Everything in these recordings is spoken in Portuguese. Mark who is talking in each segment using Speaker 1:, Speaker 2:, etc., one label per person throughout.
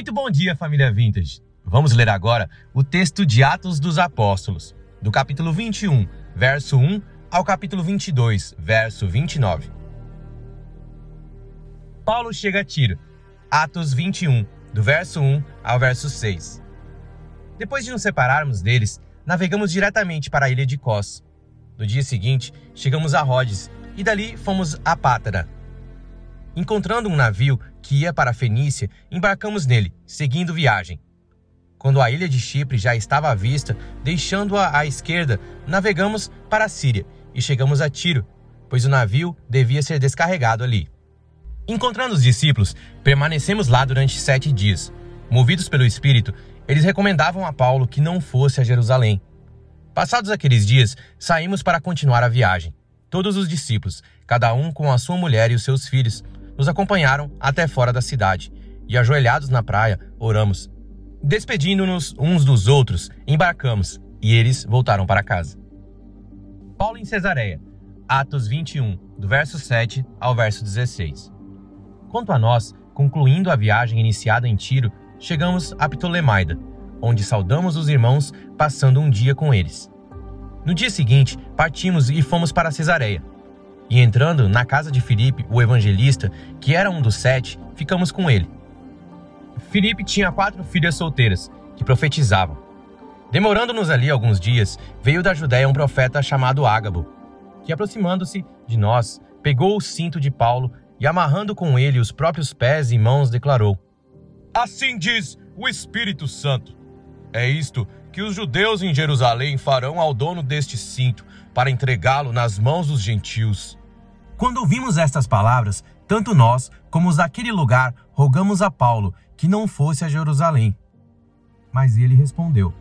Speaker 1: Muito bom dia, família Vintage! Vamos ler agora o texto de Atos dos Apóstolos, do capítulo 21, verso 1 ao capítulo 22, verso 29. Paulo chega a Tiro. Atos 21, do verso 1 ao verso 6. Depois de nos separarmos deles, navegamos diretamente para a ilha de Cos. No dia seguinte, chegamos a Rhodes e dali fomos a Pátara. Encontrando um navio que ia para a Fenícia, embarcamos nele, seguindo viagem. Quando a ilha de Chipre já estava à vista, deixando-a à esquerda, navegamos para a Síria e chegamos a Tiro, pois o navio devia ser descarregado ali. Encontrando os discípulos, permanecemos lá durante 7 dias. Movidos pelo Espírito, eles recomendavam a Paulo que não fosse a Jerusalém. Passados aqueles dias, saímos para continuar a viagem. Todos os discípulos, cada um com a sua mulher e os seus filhos, nos acompanharam até fora da cidade, e ajoelhados na praia, oramos. Despedindo-nos uns dos outros, embarcamos, e eles voltaram para casa. Paulo em Cesareia, Atos 21, do verso 7 ao verso 16. Quanto a nós, concluindo a viagem iniciada em Tiro, chegamos a Ptolemaida, onde saudamos os irmãos, passando um dia com eles. No dia seguinte, partimos e fomos para Cesareia. E entrando na casa de Filipe, o evangelista, que era um dos 7, ficamos com ele. Filipe tinha 4 filhas solteiras, que profetizavam. Demorando-nos ali alguns dias, veio da Judéia um profeta chamado Ágabo, que aproximando-se de nós, pegou o cinto de Paulo e amarrando com ele os próprios pés e mãos, declarou: "Assim diz o Espírito Santo. É isto que os judeus em Jerusalém farão ao dono deste cinto, para entregá-lo nas mãos dos gentios." Quando ouvimos estas palavras, tanto nós como os daquele lugar rogamos a Paulo que não fosse a Jerusalém. Mas ele respondeu: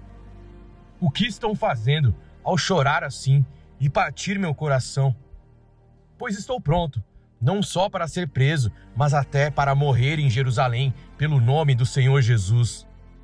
Speaker 1: "O que estão fazendo ao chorar assim e partir meu coração? Pois estou pronto, não só para ser preso, mas até para morrer em Jerusalém pelo nome do Senhor Jesus."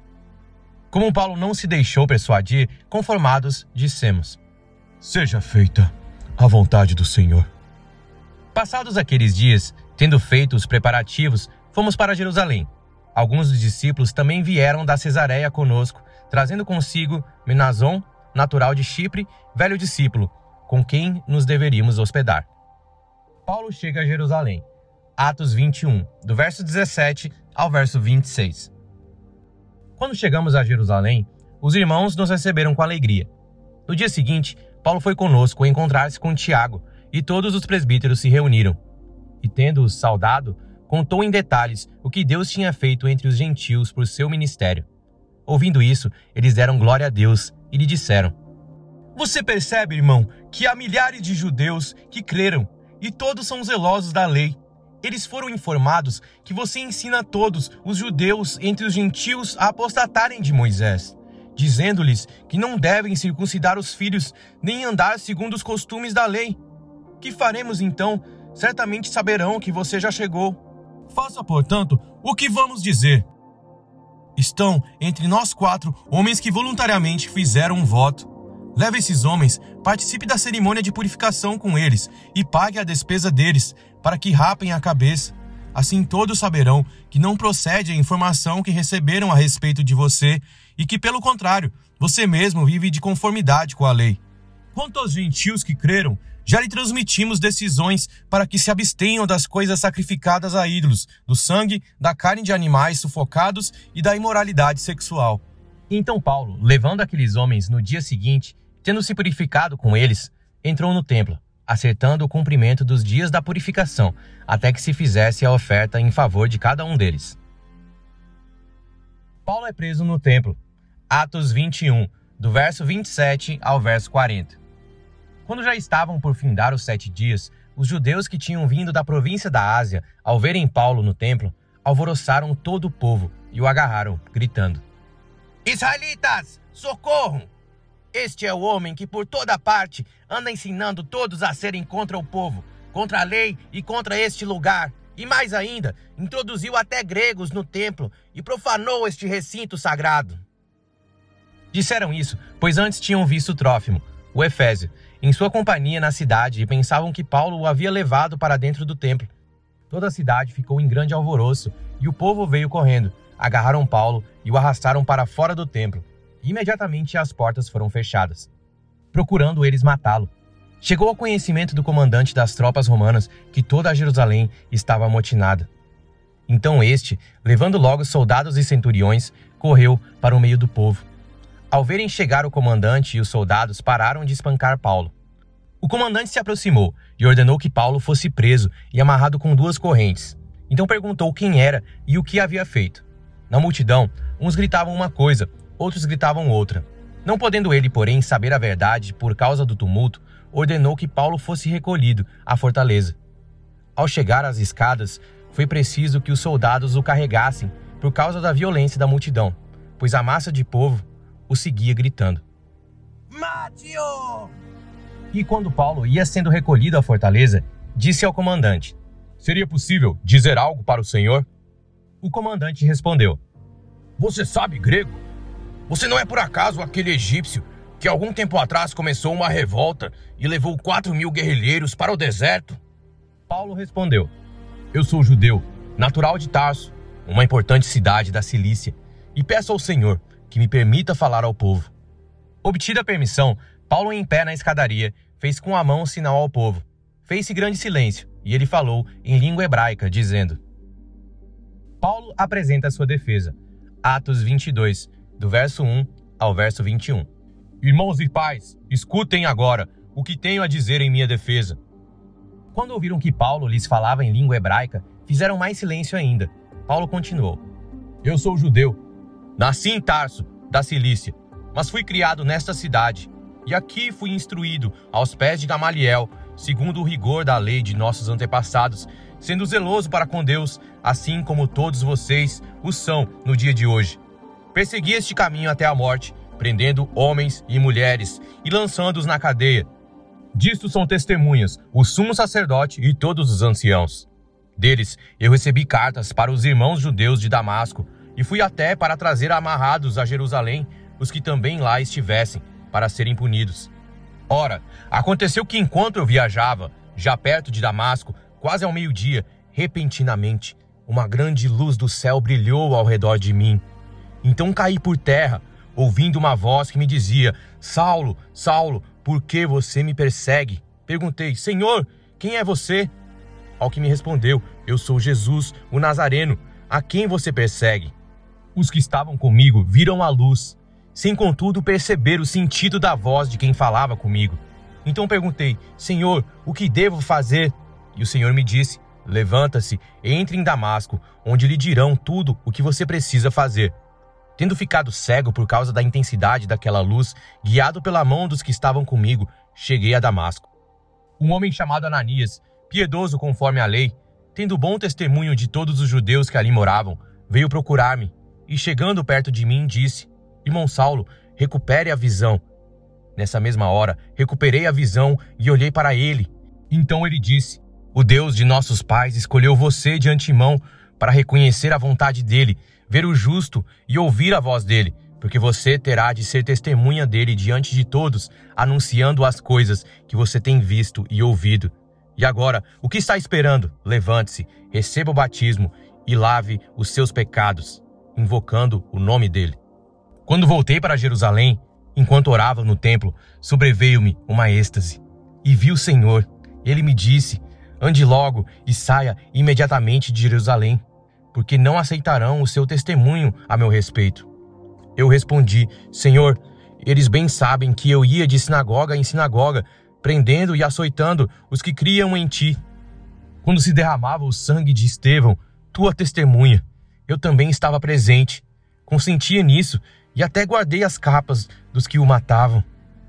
Speaker 1: Como Paulo não se deixou persuadir, conformados, dissemos: "Seja feita a vontade do Senhor." Passados aqueles dias, tendo feito os preparativos, fomos para Jerusalém. Alguns dos discípulos também vieram da Cesareia conosco, trazendo consigo Menazon, natural de Chipre, velho discípulo, com quem nos deveríamos hospedar. Paulo chega a Jerusalém. Atos 21, do verso 17 ao verso 26. Quando chegamos a Jerusalém, os irmãos nos receberam com alegria. No dia seguinte, Paulo foi conosco encontrar-se com Tiago, e todos os presbíteros se reuniram. E tendo-os saudado, contou em detalhes o que Deus tinha feito entre os gentios por seu ministério. Ouvindo isso, eles deram glória a Deus e lhe disseram: "Você percebe, irmão, que há milhares de judeus que creram, e todos são zelosos da lei. Eles foram informados que você ensina a todos os judeus entre os gentios a apostatarem de Moisés, dizendo-lhes que não devem circuncidar os filhos, nem andar segundo os costumes da lei. Que faremos então? Certamente saberão que você já chegou. Faça, portanto, o que vamos dizer. Estão entre nós 4 homens que voluntariamente fizeram um voto. Leve esses homens, participe da cerimônia de purificação com eles e pague a despesa deles, para que rapem a cabeça. Assim todos saberão que não procede a informação que receberam a respeito de você e que, pelo contrário, você mesmo vive de conformidade com a lei. Quanto aos gentios que creram, já lhe transmitimos decisões para que se abstenham das coisas sacrificadas a ídolos, do sangue, da carne de animais sufocados e da imoralidade sexual." Então Paulo, levando aqueles homens no dia seguinte, tendo se purificado com eles, entrou no templo, acertando o cumprimento dos dias da purificação, até que se fizesse a oferta em favor de cada um deles. Paulo é preso no templo. Atos 21, do verso 27 ao verso 40. Quando já estavam por findar os 7 dias, os judeus que tinham vindo da província da Ásia, ao verem Paulo no templo, alvoroçaram todo o povo e o agarraram, gritando: "Israelitas, socorram! Este é o homem que por toda parte anda ensinando todos a serem contra o povo, contra a lei e contra este lugar. E mais ainda, introduziu até gregos no templo e profanou este recinto sagrado." Disseram isso, pois antes tinham visto Trófimo, o Efésio, em sua companhia na cidade e pensavam que Paulo o havia levado para dentro do templo. Toda a cidade ficou em grande alvoroço e o povo veio correndo, agarraram Paulo e o arrastaram para fora do templo. E imediatamente as portas foram fechadas, procurando eles matá-lo. Chegou ao conhecimento do comandante das tropas romanas que toda Jerusalém estava amotinada. Então este, levando logo soldados e centuriões, correu para o meio do povo. Ao verem chegar o comandante e os soldados, pararam de espancar Paulo. O comandante se aproximou e ordenou que Paulo fosse preso e amarrado com 2 correntes. Então perguntou quem era e o que havia feito. Na multidão, uns gritavam uma coisa, outros gritavam outra. Não podendo ele, porém, saber a verdade por causa do tumulto, ordenou que Paulo fosse recolhido à fortaleza. Ao chegar às escadas, foi preciso que os soldados o carregassem por causa da violência da multidão, pois a massa de povo o seguia gritando: "Mate-o!" E quando Paulo ia sendo recolhido à fortaleza, disse ao comandante: "Seria possível dizer algo para o senhor?" O comandante respondeu: "Você sabe grego? Você não é por acaso aquele egípcio que algum tempo atrás começou uma revolta e levou 4.000 guerrilheiros para o deserto?" Paulo respondeu: "Eu sou judeu, natural de Tarso, uma importante cidade da Cilícia, e peço ao Senhor que me permita falar ao povo." Obtida a permissão, Paulo, em pé na escadaria, fez com a mão um sinal ao povo. Fez-se grande silêncio, e ele falou em língua hebraica, dizendo: Paulo apresenta sua defesa. Atos 22, do verso 1 ao verso 21. "Irmãos e pais, escutem agora o que tenho a dizer em minha defesa." Quando ouviram que Paulo lhes falava em língua hebraica, fizeram mais silêncio ainda. Paulo continuou: "Eu sou judeu. Nasci em Tarso, da Cilícia, mas fui criado nesta cidade, e aqui fui instruído aos pés de Gamaliel, segundo o rigor da lei de nossos antepassados, sendo zeloso para com Deus, assim como todos vocês o são no dia de hoje. Persegui este caminho até a morte, prendendo homens e mulheres e lançando-os na cadeia. Disto são testemunhas o sumo sacerdote e todos os anciãos. Deles eu recebi cartas para os irmãos judeus de Damasco, e fui até para trazer amarrados a Jerusalém os que também lá estivessem, para serem punidos. Ora, aconteceu que enquanto eu viajava, já perto de Damasco, quase ao meio-dia, repentinamente, uma grande luz do céu brilhou ao redor de mim. Então caí por terra, ouvindo uma voz que me dizia: Saulo, Saulo, por que você me persegue? Perguntei: Senhor, quem é você? Ao que me respondeu: Eu sou Jesus, o Nazareno, a quem você persegue. Os que estavam comigo viram a luz, sem contudo perceber o sentido da voz de quem falava comigo. Então perguntei: Senhor, o que devo fazer? E o Senhor me disse: Levanta-se, entre em Damasco, onde lhe dirão tudo o que você precisa fazer. Tendo ficado cego por causa da intensidade daquela luz, guiado pela mão dos que estavam comigo, cheguei a Damasco. Um homem chamado Ananias, piedoso conforme a lei, tendo bom testemunho de todos os judeus que ali moravam, veio procurar-me, e chegando perto de mim disse: Irmão Saulo, recupere a visão. Nessa mesma hora, recuperei a visão e olhei para ele. Então ele disse: O Deus de nossos pais escolheu você de antemão para reconhecer a vontade dele, ver o justo e ouvir a voz dele, porque você terá de ser testemunha dele diante de todos, anunciando as coisas que você tem visto e ouvido. E agora, o que está esperando? Levante-se, receba o batismo e lave os seus pecados, invocando o nome dele. Quando voltei para Jerusalém, enquanto orava no templo, sobreveio-me uma êxtase. E vi o Senhor. Ele me disse: Ande logo e saia imediatamente de Jerusalém, porque não aceitarão o seu testemunho a meu respeito. Eu respondi: Senhor, eles bem sabem que eu ia de sinagoga em sinagoga, prendendo e açoitando os que criam em ti. Quando se derramava o sangue de Estevão, tua testemunha, eu também estava presente, consentia nisso e até guardei as capas dos que o matavam.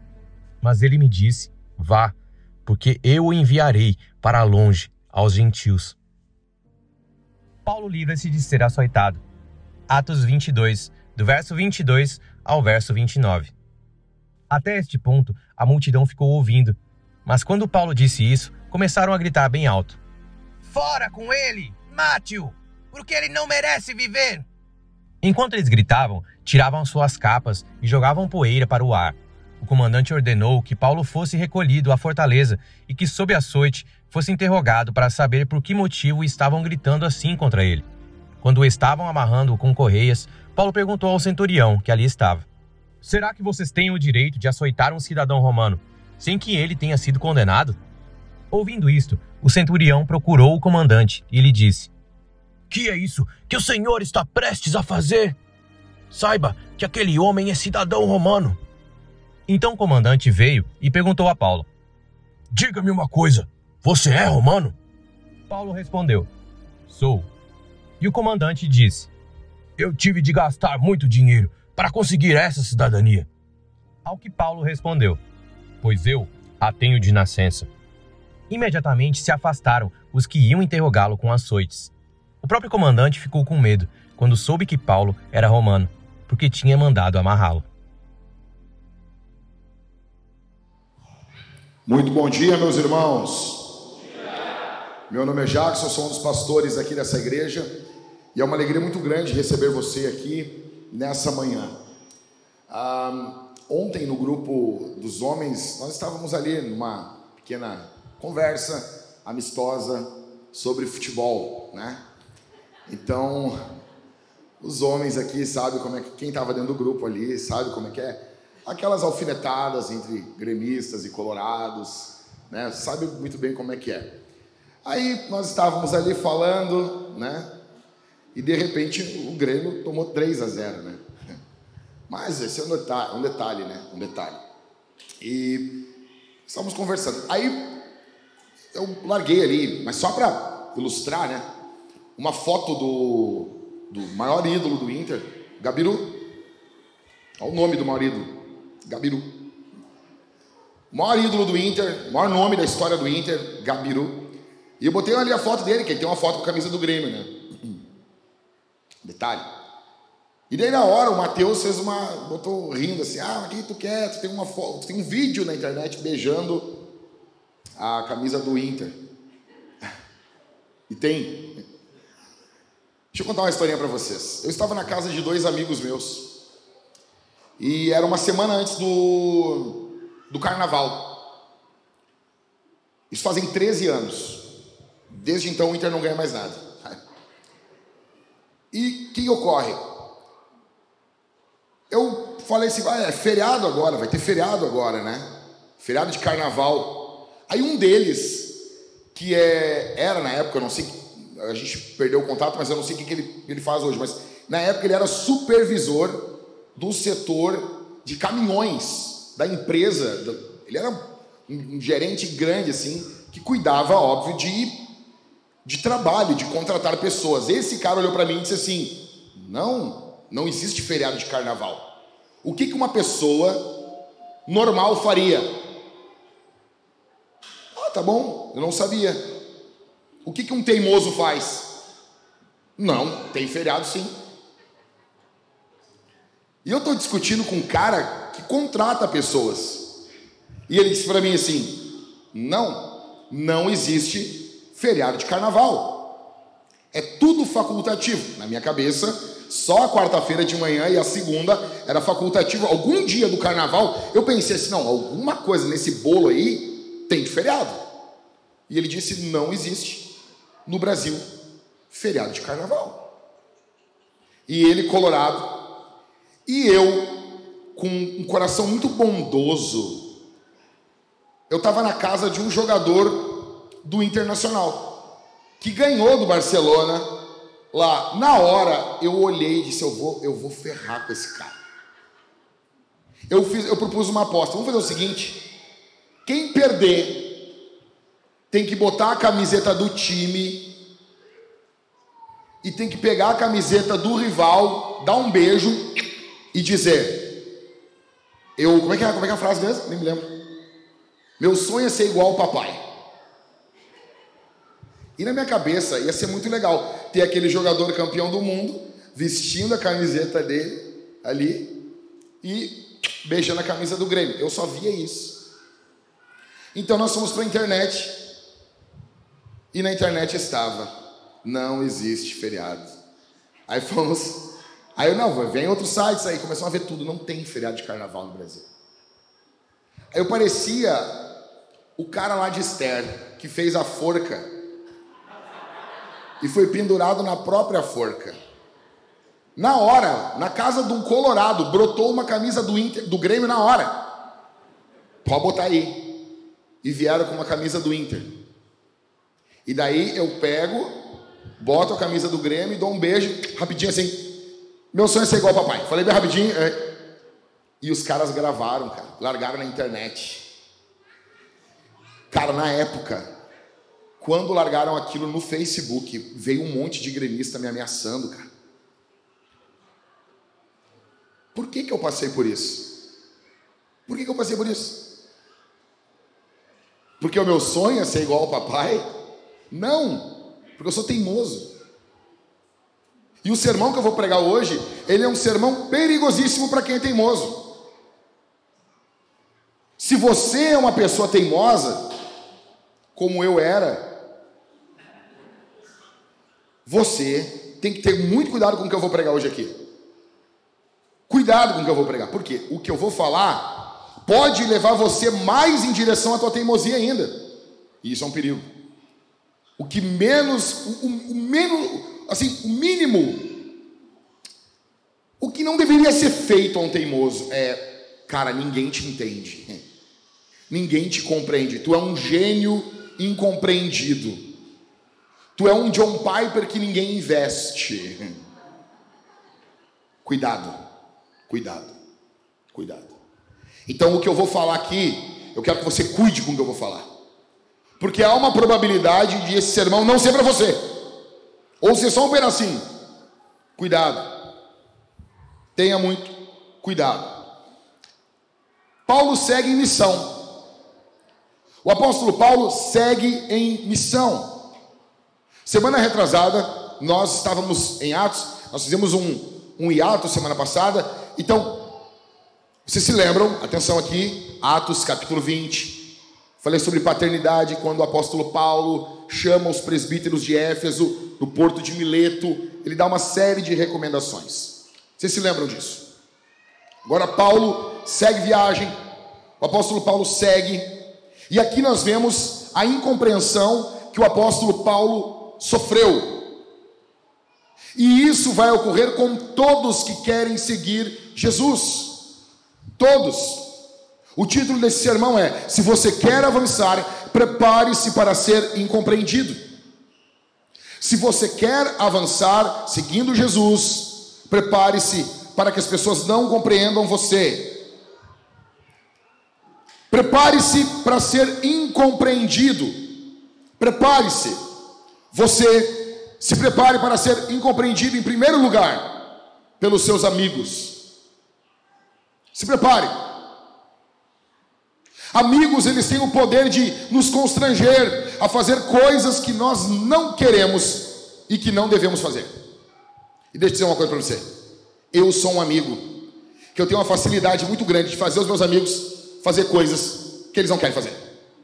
Speaker 1: Mas ele me disse: Vá, porque eu o enviarei para longe aos gentios. Paulo livra-se de ser açoitado. Atos 22, do verso 22 ao verso 29. Até este ponto, a multidão ficou ouvindo, mas quando Paulo disse isso, começaram a gritar bem alto: Fora com ele! Mate-o! Porque ele não merece viver! Enquanto eles gritavam, tiravam suas capas e jogavam poeira para o ar. O comandante ordenou que Paulo fosse recolhido à fortaleza e que, sob açoite, fosse interrogado para saber por que motivo estavam gritando assim contra ele. Quando o estavam amarrando com correias, Paulo perguntou ao centurião, que ali estava: será que vocês têm o direito de açoitar um cidadão romano, sem que ele tenha sido condenado? Ouvindo isto, o centurião procurou o comandante e lhe disse: que é isso que o senhor está prestes a fazer? Saiba que aquele homem é cidadão romano. Então o comandante veio e perguntou a Paulo: diga-me uma coisa, você é romano? Paulo respondeu: sou. E o comandante disse: eu tive de gastar muito dinheiro para conseguir essa cidadania. Ao que Paulo respondeu: pois eu a tenho de nascença. Imediatamente se afastaram os que iam interrogá-lo com açoites. O próprio comandante ficou com medo quando soube que Paulo era romano, porque tinha mandado amarrá-lo.
Speaker 2: Muito bom dia, meus irmãos. Meu nome é Jackson, sou um dos pastores aqui dessa igreja e é uma alegria muito grande receber você aqui nessa manhã. Ontem no grupo dos homens, nós estávamos ali numa pequena conversa amistosa sobre futebol, né? Então, os homens aqui sabem como é que, quem estava dentro do grupo ali, sabe como é que é. Aquelas alfinetadas entre gremistas e colorados, né? Sabe muito bem como é que é. Aí nós estávamos ali falando, né? E de repente o Grêmio tomou 3-0, né? Mas esse é um detalhe, né? Um detalhe. E estávamos conversando. Aí eu larguei ali, mas só para ilustrar, né? Uma foto do maior ídolo do Inter, Gabiru. Olha o nome do maior ídolo, Gabiru. O maior ídolo do Inter, o maior nome da história do Inter, Gabiru. E eu botei ali a foto dele, que ele tem uma foto com a camisa do Grêmio, né? Detalhe. E daí na hora o Matheus botou rindo assim: o que tu quer? Tu tem uma foto, tu tem um vídeo na internet beijando a camisa do Inter. E tem. Deixa eu contar uma historinha para vocês. Eu estava na casa de 2 amigos meus e era uma semana antes do carnaval. Isso fazem 13 anos. Desde então o Inter não ganha mais nada. E o que ocorre? Eu falei assim: é feriado agora, vai ter feriado agora, né? Feriado de carnaval. Aí um deles, que era na época, eu não sei, a gente perdeu o contato, mas eu não sei o que ele faz hoje, mas na época ele era supervisor do setor de caminhões da empresa. Ele era um gerente grande, assim, que cuidava, óbvio, de trabalho, de contratar pessoas. Esse cara olhou para mim e disse assim: não existe feriado de carnaval. O que uma pessoa normal faria? Tá bom, eu não sabia. O que um teimoso faz? Não, tem feriado sim. E eu estou discutindo com um cara que contrata pessoas. E ele disse para mim assim: não existe feriado de carnaval. É tudo facultativo. Na minha cabeça, só a quarta-feira de manhã e a segunda era facultativo. Algum dia do carnaval, eu pensei assim: alguma coisa nesse bolo aí tem de feriado. E ele disse: não existe no Brasil feriado de carnaval. E ele, colorado, e eu, com um coração muito bondoso, eu estava na casa de um jogador do Internacional, que ganhou do Barcelona lá. Na hora, eu olhei e disse: eu vou ferrar com esse cara. Eu propus uma aposta. Vamos fazer o seguinte: quem perder tem que botar a camiseta do time e tem que pegar a camiseta do rival, dar um beijo e dizer: como é que é a frase mesmo? Nem me lembro. Meu sonho é ser igual ao papai. E na minha cabeça ia ser muito legal ter aquele jogador campeão do mundo vestindo a camiseta dele ali e beijando a camisa do Grêmio. Eu só via isso. Então nós fomos para a internet e na internet estava: não existe feriado. Aí vem outros sites aí, começaram a ver tudo, não tem feriado de carnaval no Brasil. Aí eu parecia o cara lá de Esther, que fez a forca e foi pendurado na própria forca. Na hora, na casa de um colorado, brotou uma camisa do Grêmio na hora. Pode botar aí. E vieram com uma camisa do Inter. E daí eu pego, boto a camisa do Grêmio e dou um beijo, rapidinho assim. Meu sonho é ser igual ao papai. Falei bem rapidinho. E os caras gravaram, cara. Largaram na internet. Cara, na época, quando largaram aquilo no Facebook, veio um monte de gremista me ameaçando, cara. Por que eu passei por isso? Por que eu passei por isso? Porque o meu sonho é ser igual ao papai? Não, porque eu sou teimoso. E o sermão que eu vou pregar hoje, ele é um sermão perigosíssimo para quem é teimoso. Se você é uma pessoa teimosa, como eu era, você tem que ter muito cuidado com o que eu vou pregar hoje aqui. Cuidado com o que eu vou pregar. Por quê? O que eu vou falar pode levar você mais em direção à tua teimosia ainda. E isso é um perigo. O que menos, o mínimo, o que não deveria ser feito a um teimoso é, cara, ninguém te entende. Ninguém te compreende. Tu é um gênio incompreendido. Tu é um John Piper que ninguém investe. Cuidado. Cuidado, cuidado. Então o que eu vou falar aqui, eu quero que você cuide com o que eu vou falar. Porque há uma probabilidade de esse sermão não ser para você. Ou ser só um pedacinho. Cuidado. Tenha muito cuidado. Paulo segue em missão. O apóstolo Paulo segue em missão. Semana retrasada, nós estávamos em Atos, nós fizemos um hiato semana passada. Então, vocês se lembram, atenção aqui, Atos capítulo 20, falei sobre paternidade, quando o apóstolo Paulo chama os presbíteros de Éfeso, no porto de Mileto, ele dá uma série de recomendações. Vocês se lembram disso? Agora Paulo segue viagem, o apóstolo Paulo segue, e aqui nós vemos a incompreensão que o apóstolo Paulo sofreu. E isso vai ocorrer com todos que querem seguir Jesus. Todos. O título desse sermão é: se você quer avançar, prepare-se para ser incompreendido. Se você quer avançar seguindo Jesus, prepare-se para que as pessoas não compreendam você. Prepare-se para ser incompreendido. Prepare-se. Você se prepare para ser incompreendido em primeiro lugar pelos seus amigos. Se prepare. Amigos, eles têm o poder de nos constranger a fazer coisas que nós não queremos e que não devemos fazer. E deixa eu dizer uma coisa para você. Eu sou um amigo que eu tenho uma facilidade muito grande de fazer os meus amigos fazer coisas que eles não querem fazer.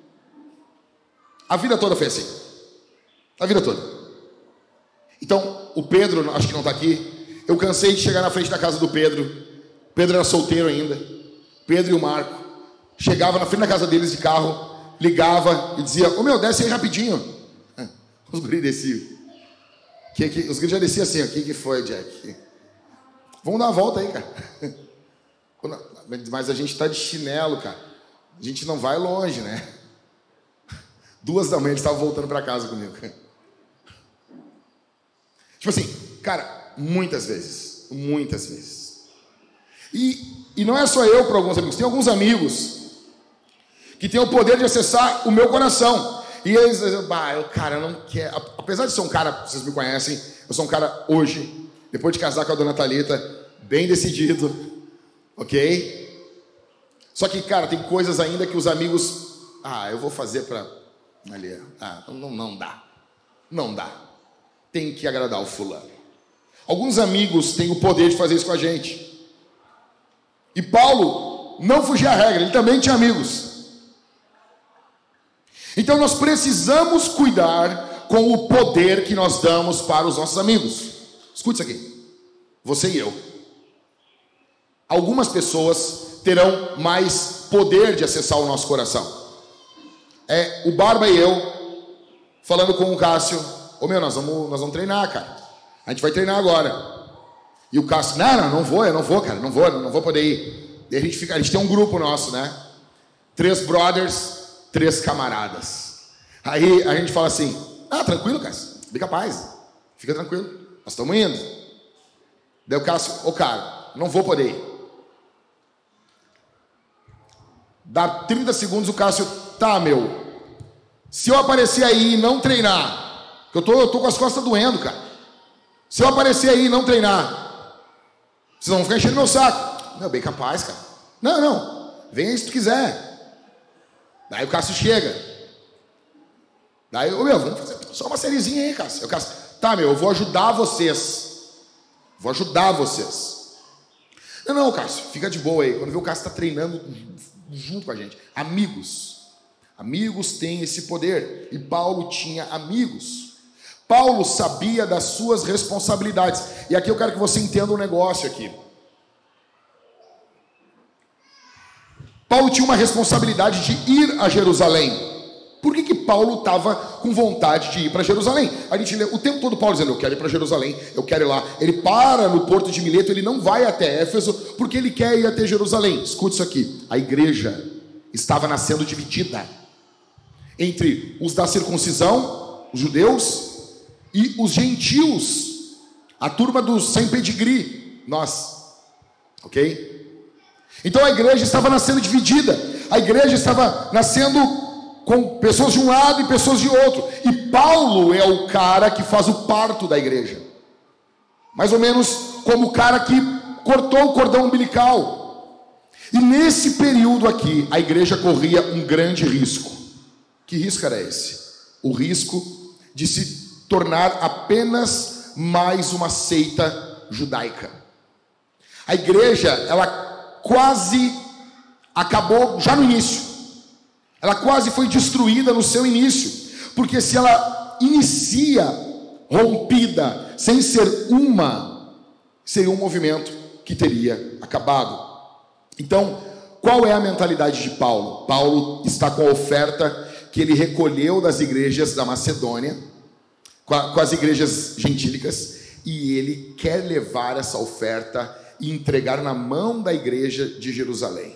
Speaker 2: A vida toda foi assim. A vida toda. Então, o Pedro, acho que não está aqui, eu cansei de chegar na frente da casa do Pedro. Pedro era solteiro ainda. Pedro e o Marco. Chegava na frente da casa deles de carro, ligava e dizia: ô meu, desce aí rapidinho. Os guris desciam. Os guris já desciam assim: o que foi, Jack? Vamos dar uma volta aí, cara. Mas a gente está de chinelo, cara. A gente não vai longe, né? 2 da manhã eles estavam voltando para casa comigo. Tipo assim, cara, muitas vezes. E não é só eu para alguns amigos. Tem alguns amigos que têm o poder de acessar o meu coração. E eles dizem: eu não quero. Apesar de ser um cara, vocês me conhecem, eu sou um cara hoje, depois de casar com a dona Thalita, bem decidido, ok? Só que, cara, tem coisas ainda que os amigos, eu vou fazer para ali, não dá. Não dá. Tem que agradar o fulano. Alguns amigos têm o poder de fazer isso com a gente. E Paulo não fugia à regra, ele também tinha amigos. Então nós precisamos cuidar com o poder que nós damos para os nossos amigos. Escute isso aqui. Você e eu. Algumas pessoas terão mais poder de acessar o nosso coração. O Barba e eu, falando com o Cássio, nós vamos treinar, cara. A gente vai treinar agora. E o Cássio, não vou, cara, não vou poder ir. E a gente tem um grupo nosso, né? 3 brothers, 3 camaradas. Aí a gente fala assim, tranquilo, Cássio, fica paz, fica tranquilo, nós estamos indo. Daí o Cássio, cara, não vou poder ir. Dá 30 segundos, o Cássio, se eu aparecer aí e não treinar, que eu tô com as costas doendo, cara. Se eu aparecer aí e não treinar, vocês vão ficar enchendo meu saco. Não, bem capaz, cara. Não, venha se tu quiser. Daí o Cássio chega. Daí, vamos fazer só uma sériezinha aí, Cássio. Eu vou ajudar vocês. Não, Cássio, fica de boa aí. Quando vê o Cássio tá treinando junto com a gente. Amigos têm esse poder. E Paulo tinha amigos. Paulo sabia das suas responsabilidades. E aqui eu quero que você entenda um negócio aqui. Paulo tinha uma responsabilidade de ir a Jerusalém. Por que Paulo estava com vontade de ir para Jerusalém? A gente lê o tempo todo Paulo dizendo, eu quero ir para Jerusalém, eu quero ir lá. Ele para no porto de Mileto, ele não vai até Éfeso, porque ele quer ir até Jerusalém. Escute isso aqui, a igreja estava nascendo dividida entre os da circuncisão, os judeus, e os gentios, a turma dos sem pedigree, nós, ok? Então a igreja estava nascendo dividida, a igreja estava nascendo com pessoas de um lado e pessoas de outro, e Paulo é o cara que faz o parto da igreja, mais ou menos como o cara que cortou o cordão umbilical. E nesse período aqui, a igreja corria um grande risco. Que risco era esse? O risco de se tornar apenas mais uma seita judaica. A igreja, ela quase acabou já no início. Ela quase foi destruída no seu início. Porque se ela inicia rompida, sem ser seria um movimento que teria acabado. Então, qual é a mentalidade de Paulo? Paulo está com a oferta que ele recolheu das igrejas da Macedônia, com as igrejas gentílicas, e ele quer levar essa oferta e entregar na mão da igreja de Jerusalém.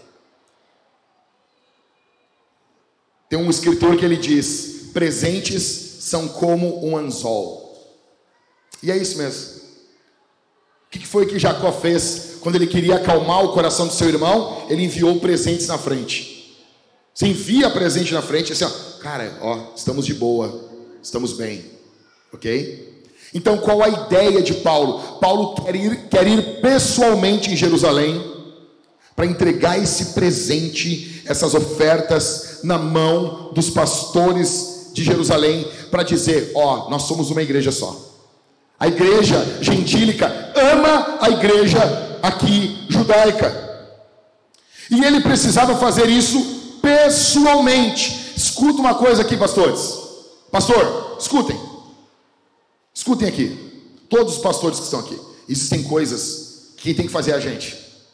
Speaker 2: Tem um escritor que ele diz, presentes são como um anzol. E é isso mesmo. O que foi que Jacó fez quando ele queria acalmar o coração do seu irmão? Ele enviou presentes na frente. Você envia presente na frente, assim, cara, estamos de boa, estamos bem, ok? Então, qual a ideia de Paulo? Paulo quer ir pessoalmente em Jerusalém para entregar esse presente, essas ofertas na mão dos pastores de Jerusalém, para dizer, nós somos uma igreja só. A igreja gentílica ama a igreja aqui judaica. E ele precisava fazer isso pessoalmente. Escuta uma coisa aqui, pastores. Pastor, escutem. Escutem aqui. Todos os pastores que estão aqui. Existem coisas que tem que fazer a gente.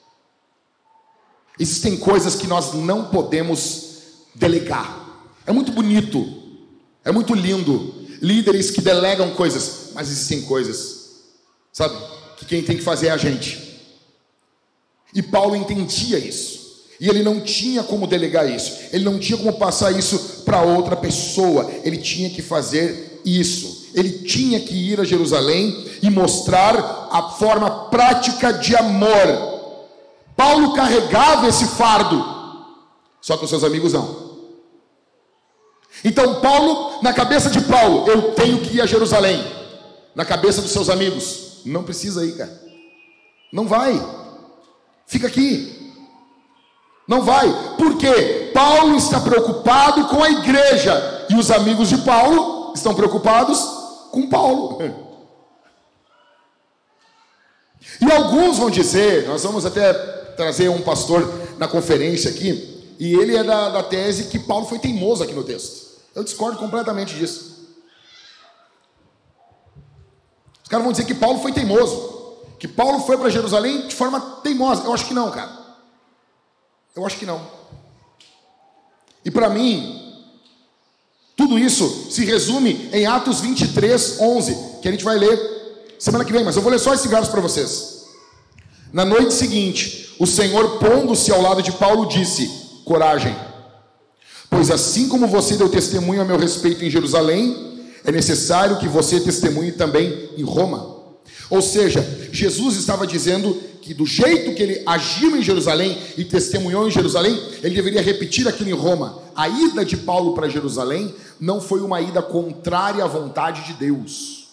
Speaker 2: Existem coisas que nós não podemos delegar. É muito bonito. É muito lindo. Líderes que delegam coisas. Mas existem coisas, sabe, que quem tem que fazer é a gente. E Paulo entendia isso. E ele não tinha como delegar isso. Ele não tinha como passar isso para outra pessoa. Ele tinha que fazer isso. Ele tinha que ir a Jerusalém e mostrar a forma prática de amor. Paulo carregava esse fardo. Só que os seus amigos não. Então Paulo, na cabeça de Paulo, eu tenho que ir a Jerusalém. Na cabeça dos seus amigos, não precisa ir, cara. Não vai. Fica aqui. Não vai. Por quê? Paulo está preocupado com a igreja. E os amigos de Paulo estão preocupados com Paulo. E alguns vão dizer, nós vamos até trazer um pastor na conferência aqui, e ele é da tese que Paulo foi teimoso aqui no texto. Eu discordo completamente disso. Os caras vão dizer que Paulo foi teimoso, que Paulo foi para Jerusalém de forma teimosa. Eu acho que não, cara. Eu acho que não. E para mim, Tudo isso se resume em Atos 23, 11, que a gente vai ler semana que vem, mas eu vou ler só esse verso para vocês. Na noite seguinte, o Senhor, pondo-se ao lado de Paulo, disse: coragem, pois assim como você deu testemunho a meu respeito em Jerusalém, é necessário que você testemunhe também em Roma. Ou seja, Jesus estava dizendo que do jeito que ele agiu em Jerusalém e testemunhou em Jerusalém, ele deveria repetir aquilo em Roma. A ida de Paulo para Jerusalém não foi uma ida contrária à vontade de Deus.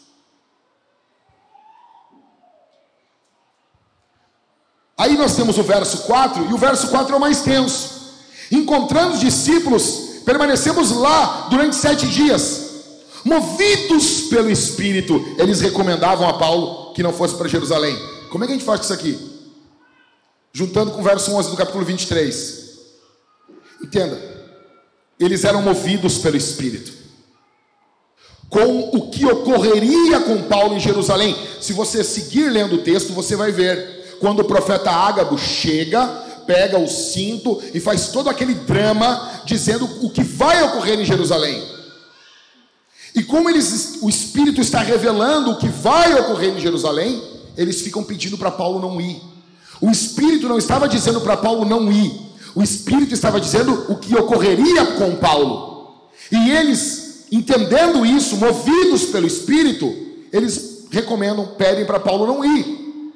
Speaker 2: Aí nós temos o verso 4, e o verso 4 é o mais tenso. Encontrando os discípulos, permanecemos lá durante 7 dias. Movidos pelo Espírito, eles recomendavam a Paulo que não fosse para Jerusalém. Como é que a gente faz isso aqui? Juntando com o verso 11 do capítulo 23. Entenda, eles eram movidos pelo Espírito. Com o que ocorreria com Paulo em Jerusalém. Se você seguir lendo o texto, você vai ver. Quando o profeta Ágabo chega, pega o cinto e faz todo aquele drama, dizendo o que vai ocorrer em Jerusalém. E como o Espírito está revelando o que vai ocorrer em Jerusalém, eles ficam pedindo para Paulo não ir. O Espírito não estava dizendo para Paulo não ir. O Espírito estava dizendo o que ocorreria com Paulo. E eles, entendendo isso, movidos pelo Espírito, eles recomendam, pedem para Paulo não ir.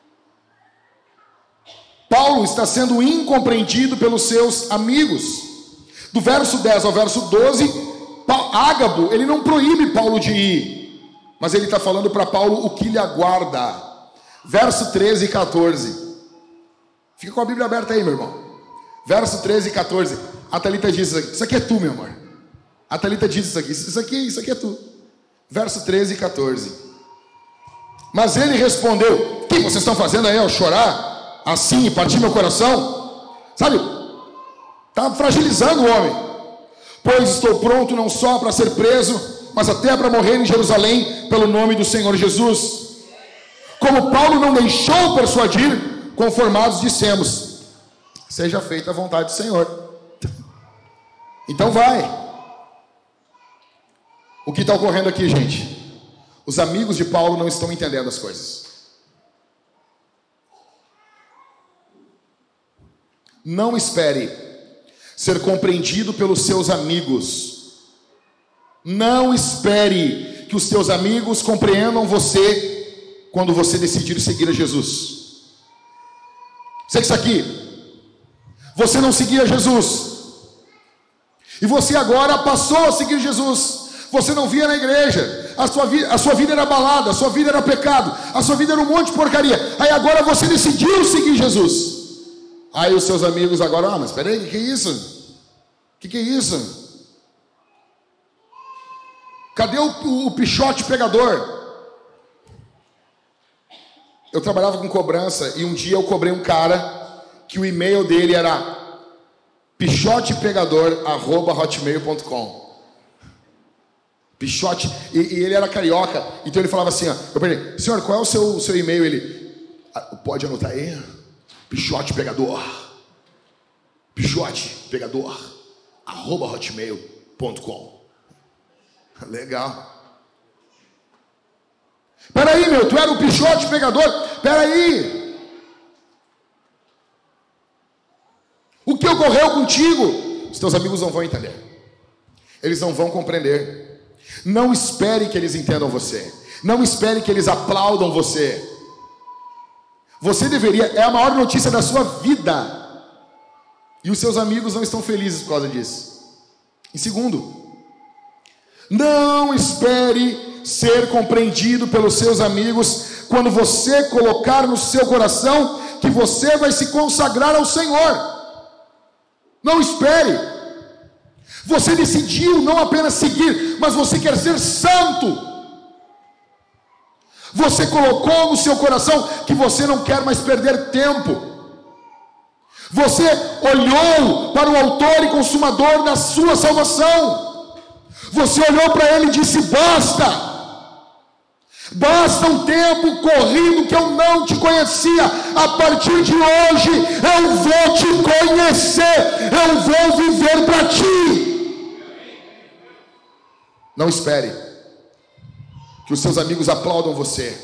Speaker 2: Paulo está sendo incompreendido pelos seus amigos. Do verso 10 ao verso 12, Ágabo, ele não proíbe Paulo de ir, mas ele está falando para Paulo o que lhe aguarda. Verso 13 e 14. Fica com a Bíblia aberta aí, meu irmão. Verso 13 e 14. A Thalita diz isso aqui. Isso aqui é tu, meu amor. A Thalita diz isso aqui. Isso aqui é tu. Verso 13 e 14. Mas ele respondeu: o que vocês estão fazendo aí ao chorar assim e partir meu coração? Sabe, está fragilizando o homem. Pois estou pronto não só para ser preso, mas até para morrer em Jerusalém pelo nome do Senhor Jesus. Como Paulo não deixou persuadir, conformados dissemos: seja feita a vontade do Senhor. Então vai. O que está ocorrendo aqui, gente? Os amigos de Paulo não estão entendendo as coisas. Não espere ser compreendido pelos seus amigos. Não espere que os seus amigos compreendam você quando você decidir seguir a Jesus. Sei que isso aqui, você não seguia Jesus, e você agora passou a seguir Jesus. Você não via na igreja, a sua vida era balada, a sua vida era pecado, a sua vida era um monte de porcaria. Aí agora você decidiu seguir Jesus. Aí os seus amigos agora: mas espera aí, o que é isso? O que é isso? Cadê o pichote pegador? Eu trabalhava com cobrança e um dia eu cobrei um cara que o e-mail dele era pichotepegador@hotmail.com. Pichote, e ele era carioca, então ele falava assim, ó, eu perguntei: senhor, qual é o seu e-mail? Ele: pode anotar aí? pichotepegador@hotmail.com. Legal. Peraí, meu, tu era o pichote pegador? Peraí. O que ocorreu contigo? Os teus amigos não vão entender. Eles não vão compreender. Não espere que eles entendam você. Não espere que eles aplaudam você. Você deveria, é a maior notícia da sua vida. E os seus amigos não estão felizes por causa disso. Em segundo, não espere ser compreendido pelos seus amigos quando você colocar no seu coração que você vai se consagrar ao Senhor. Não espere. Você decidiu não apenas seguir, mas você quer ser santo. Você colocou no seu coração que você não quer mais perder tempo. Você olhou para o autor e consumador da sua salvação. Você olhou para ele e disse: basta. Basta um tempo corrido que eu não te conhecia. A partir de hoje eu vou te conhecer. Eu vou viver para ti. Não espere que os seus amigos aplaudam você,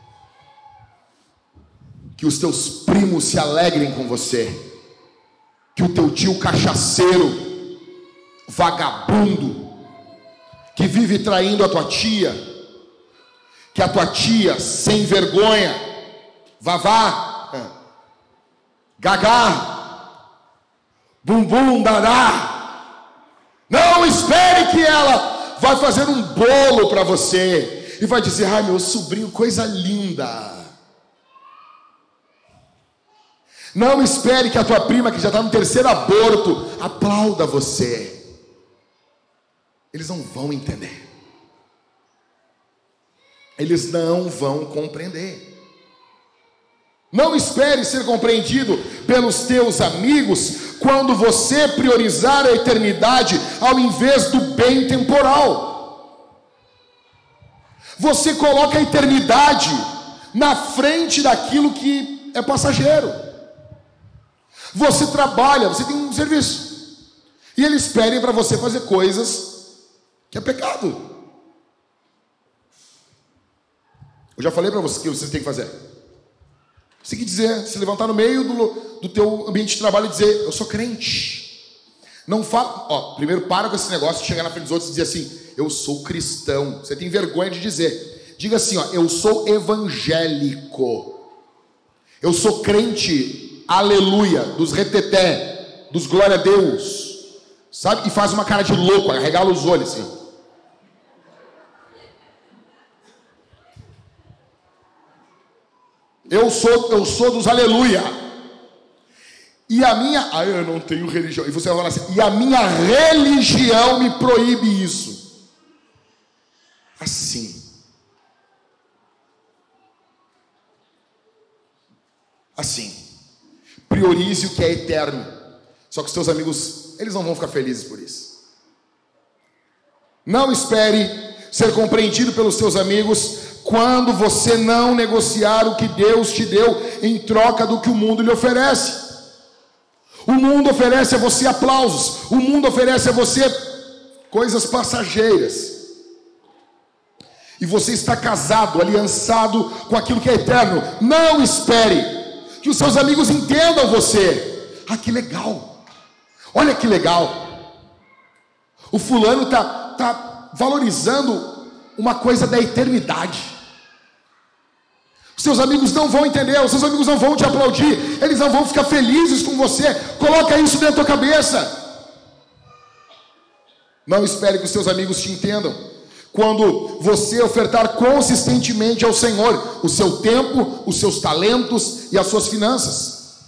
Speaker 2: que os teus primos se alegrem com você, que o teu tio cachaceiro, vagabundo, que vive traindo a tua tia, que a tua tia sem vergonha, vavá, gagá, bumbum, dadá, não espere que ela vai fazer um bolo para você e vai dizer: ai, meu sobrinho, coisa linda. Não espere que a tua prima, que já está no terceiro aborto, aplauda você. Eles não vão entender. Eles não vão compreender. Não espere ser compreendido pelos teus amigos quando você priorizar a eternidade ao invés do bem temporal. Você coloca a eternidade na frente daquilo que é passageiro. Você trabalha, você tem um serviço, e eles pedem para você fazer coisas que é pecado. Eu já falei para você o que você tem que fazer. Você tem que dizer, se levantar no meio do teu ambiente de trabalho e dizer: eu sou crente. Não fala, primeiro para com esse negócio de chegar na frente dos outros e dizer assim: eu sou cristão. Você tem vergonha de dizer. Diga assim, eu sou evangélico. Eu sou crente, aleluia, dos reteté, dos glória a Deus. Sabe? E faz uma cara de louco, arregala os olhos assim. Eu sou dos aleluia. E a minha... eu não tenho religião. E você vai falar assim: e a minha religião me proíbe isso. Assim. Priorize o que é eterno. Só que os teus amigos, eles não vão ficar felizes por isso. Não espere ser compreendido pelos teus amigos quando você não negociar o que Deus te deu em troca do que o mundo lhe oferece. O mundo oferece a você aplausos. O mundo oferece a você coisas passageiras. E você está casado, aliançado com aquilo que é eterno. Não espere que os seus amigos entendam você. Que legal. Olha que legal. O fulano está valorizando uma coisa da eternidade. Os seus amigos não vão entender, os seus amigos não vão te aplaudir, eles não vão ficar felizes com você. Coloca isso dentro da tua cabeça. Não espere que os seus amigos te entendam quando você ofertar consistentemente ao Senhor o seu tempo, os seus talentos e as suas finanças.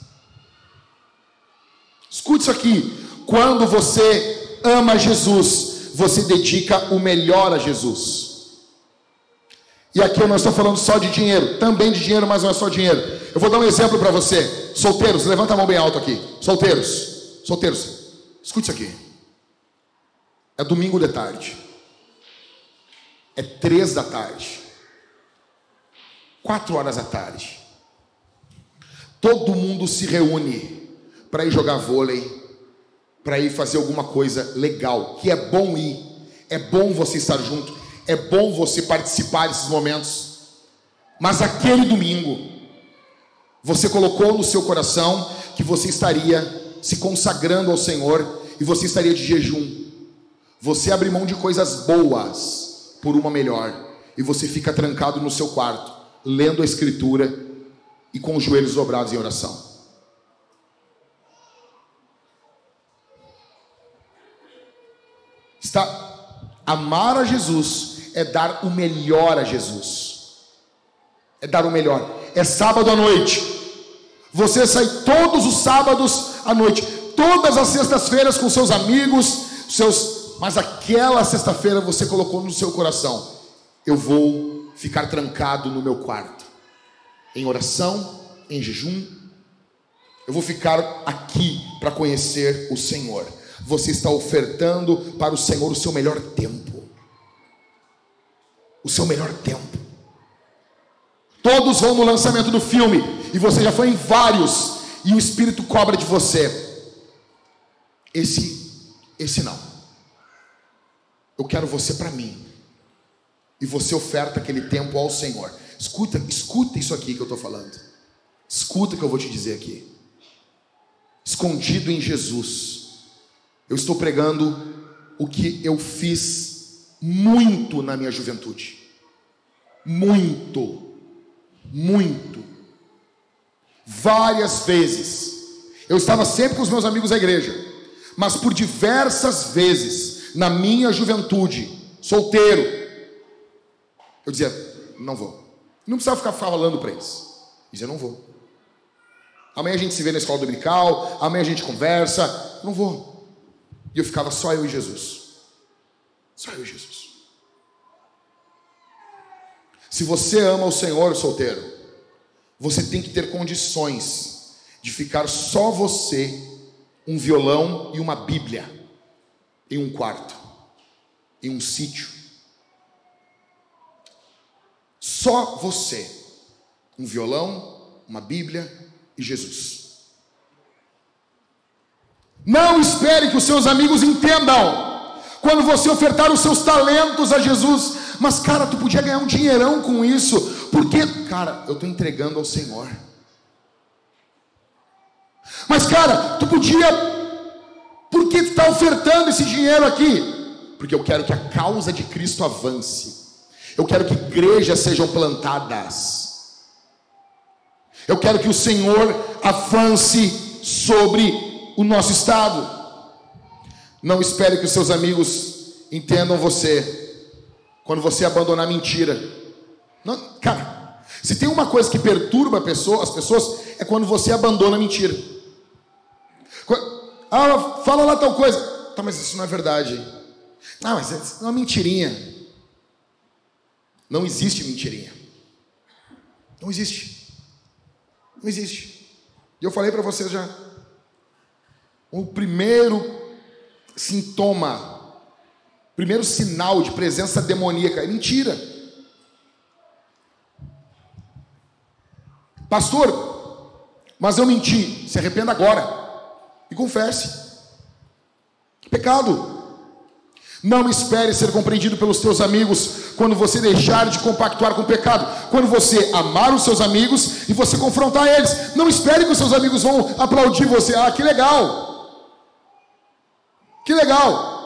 Speaker 2: Escute isso aqui: quando você ama Jesus, você dedica o melhor a Jesus. E aqui eu não estou falando só de dinheiro, também de dinheiro, mas não é só dinheiro. Eu vou dar um exemplo para você. Solteiros, levanta a mão bem alto aqui. Solteiros, escute isso aqui. É domingo de tarde. É 3 da tarde. 4 horas da tarde. Todo mundo se reúne para ir jogar vôlei, para ir fazer alguma coisa legal, que é bom ir. É bom você estar junto. É bom você participar desses momentos. Mas aquele domingo, você colocou no seu coração que você estaria se consagrando ao Senhor e você estaria de jejum. Você abre mão de coisas boas por uma melhor. E você fica trancado no seu quarto, lendo a Escritura e com os joelhos dobrados em oração. Amar a Jesus é dar o melhor a Jesus. É dar o melhor. É sábado à noite. Você sai todos os sábados à noite, todas as sextas-feiras com seus amigos, mas aquela sexta-feira você colocou no seu coração: eu vou ficar trancado no meu quarto, em oração, em jejum. Eu vou ficar aqui para conhecer o Senhor. Você está ofertando para o Senhor o seu melhor tempo. O seu melhor tempo. Todos vão no lançamento do filme e você já foi em vários e o Espírito cobra de você. Esse não. eu quero você para mim. E você oferta aquele tempo ao Senhor. Escuta isso aqui que eu estou falando. Escuta o que eu vou te dizer aqui. Escondido em Jesus, eu estou pregando o que eu fiz muito na minha juventude. Muito. Várias vezes. Eu estava sempre com os meus amigos da igreja, mas por diversas vezes, na minha juventude, solteiro, eu dizia, não vou. Não precisava ficar falando para eles. Eu dizia, não vou. Amanhã a gente se vê na escola dominical, amanhã a gente conversa. Não vou. E eu ficava só eu e Jesus. Só eu e Jesus. Se você ama o Senhor, solteiro, você tem que ter condições de ficar só você, um violão e uma Bíblia em um quarto, em um sítio. Só você, um violão, uma Bíblia e Jesus. Não espere que os seus amigos entendam quando você ofertar os seus talentos a Jesus. Mas cara, tu podia ganhar um dinheirão com isso. Por quê? Cara, eu estou entregando ao Senhor. Mas cara, tu podia... Por que tu está ofertando esse dinheiro aqui? Porque eu quero que a causa de Cristo avance. Eu quero que igrejas sejam plantadas. Eu quero que o Senhor avance sobre o nosso estado. Não espere que os seus amigos entendam você quando você abandonar a mentira. Não, cara, se tem uma coisa que perturba as pessoas, é quando você abandona a mentira. Fala lá tal coisa. Tá, mas isso não é verdade. Ah, mas isso é uma mentirinha. Não existe mentirinha. Não existe. Não existe. E eu falei para vocês já. O primeiro sintoma, primeiro sinal de presença demoníaca é mentira. Pastor, mas eu menti. Se arrependa agora e confesse. Que pecado. Não espere ser compreendido pelos teus amigos quando você deixar de compactuar com o pecado. Quando você amar os seus amigos e você confrontar eles. Não espere que os seus amigos vão aplaudir você. Ah, que legal. Que legal.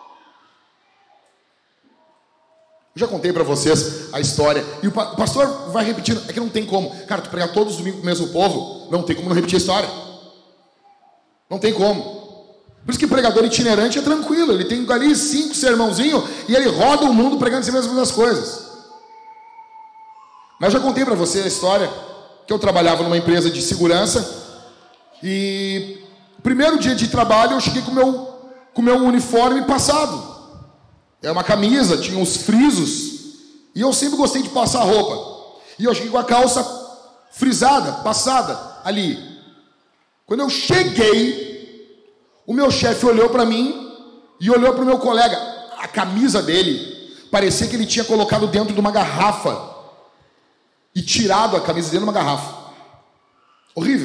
Speaker 2: Eu já contei para vocês a história. E o pastor vai repetindo. É que não tem como. Cara, tu pregar todos os domingos com o mesmo povo, não tem como não repetir a história. Não tem como. Por isso que pregador itinerante é tranquilo. Ele tem ali 5 sermãozinhos e ele roda o mundo pregando as mesmas coisas. Mas eu já contei para você a história que eu trabalhava numa empresa de segurança. E o primeiro dia de trabalho eu cheguei com o meu uniforme passado. É uma camisa, tinha uns frisos. E eu sempre gostei de passar roupa. E eu cheguei com a calça frisada, passada ali. Quando eu cheguei, o meu chefe olhou para mim e olhou para o meu colega. A camisa dele parecia que ele tinha colocado dentro de uma garrafa e tirado a camisa dentro de uma garrafa. Horrível.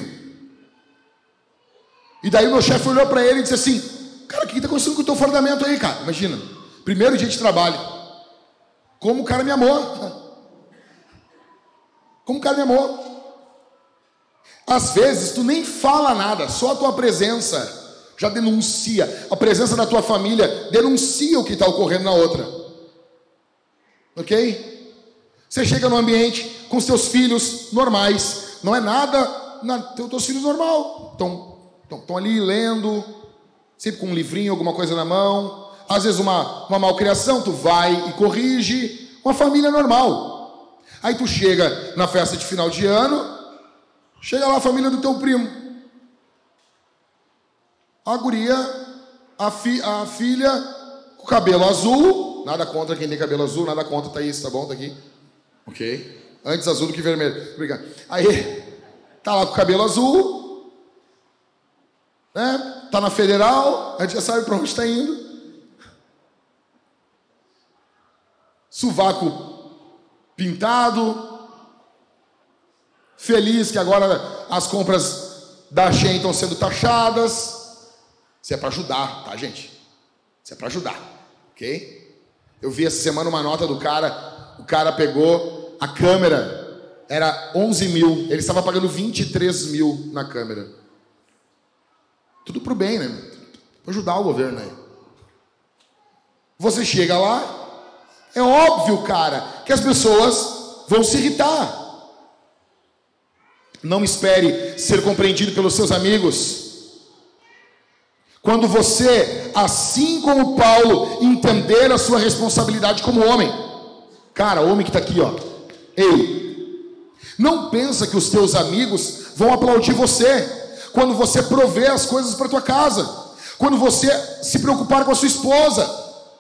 Speaker 2: E daí o meu chefe olhou para ele e disse assim: cara, o que está acontecendo com o teu fardamento aí, cara? Imagina, primeiro dia de trabalho. Como o cara me amou. Como o cara me amou. Às vezes tu nem fala nada, só a tua presença já denuncia. A presença da tua família denuncia o que está ocorrendo na outra. Ok? Você chega no ambiente com os teus filhos normais. Não é nada, teus filhos normal. Estão ali lendo, sempre com um livrinho, alguma coisa na mão. Às vezes uma malcriação, tu vai e corrige. Uma família normal. Aí tu chega na festa de final de ano, chega lá a família do teu primo. A guria, a filha com cabelo azul. Nada contra quem tem cabelo azul, nada contra, tá isso, tá bom, tá aqui. Ok. Antes azul do que vermelho. Obrigado. Aí, tá lá com o cabelo azul, né? Tá na federal, a gente já sabe pra onde está indo. Sovaco pintado. Feliz que agora as compras da Shein estão sendo taxadas. Isso é para ajudar, tá, gente? Isso é para ajudar, ok? Eu vi essa semana uma nota do cara. O cara pegou a câmera, era 11 mil. Ele estava pagando 23 mil na câmera. Tudo pro bem, né? Pra ajudar o governo aí. Você chega lá, é óbvio, cara, que as pessoas vão se irritar. Não espere ser compreendido pelos seus amigos. Quando você, assim como Paulo, entender a sua responsabilidade como homem. Cara, homem que está aqui, ó. Ei, não pensa que os teus amigos vão aplaudir você quando você prover as coisas para tua casa, quando você se preocupar com a sua esposa,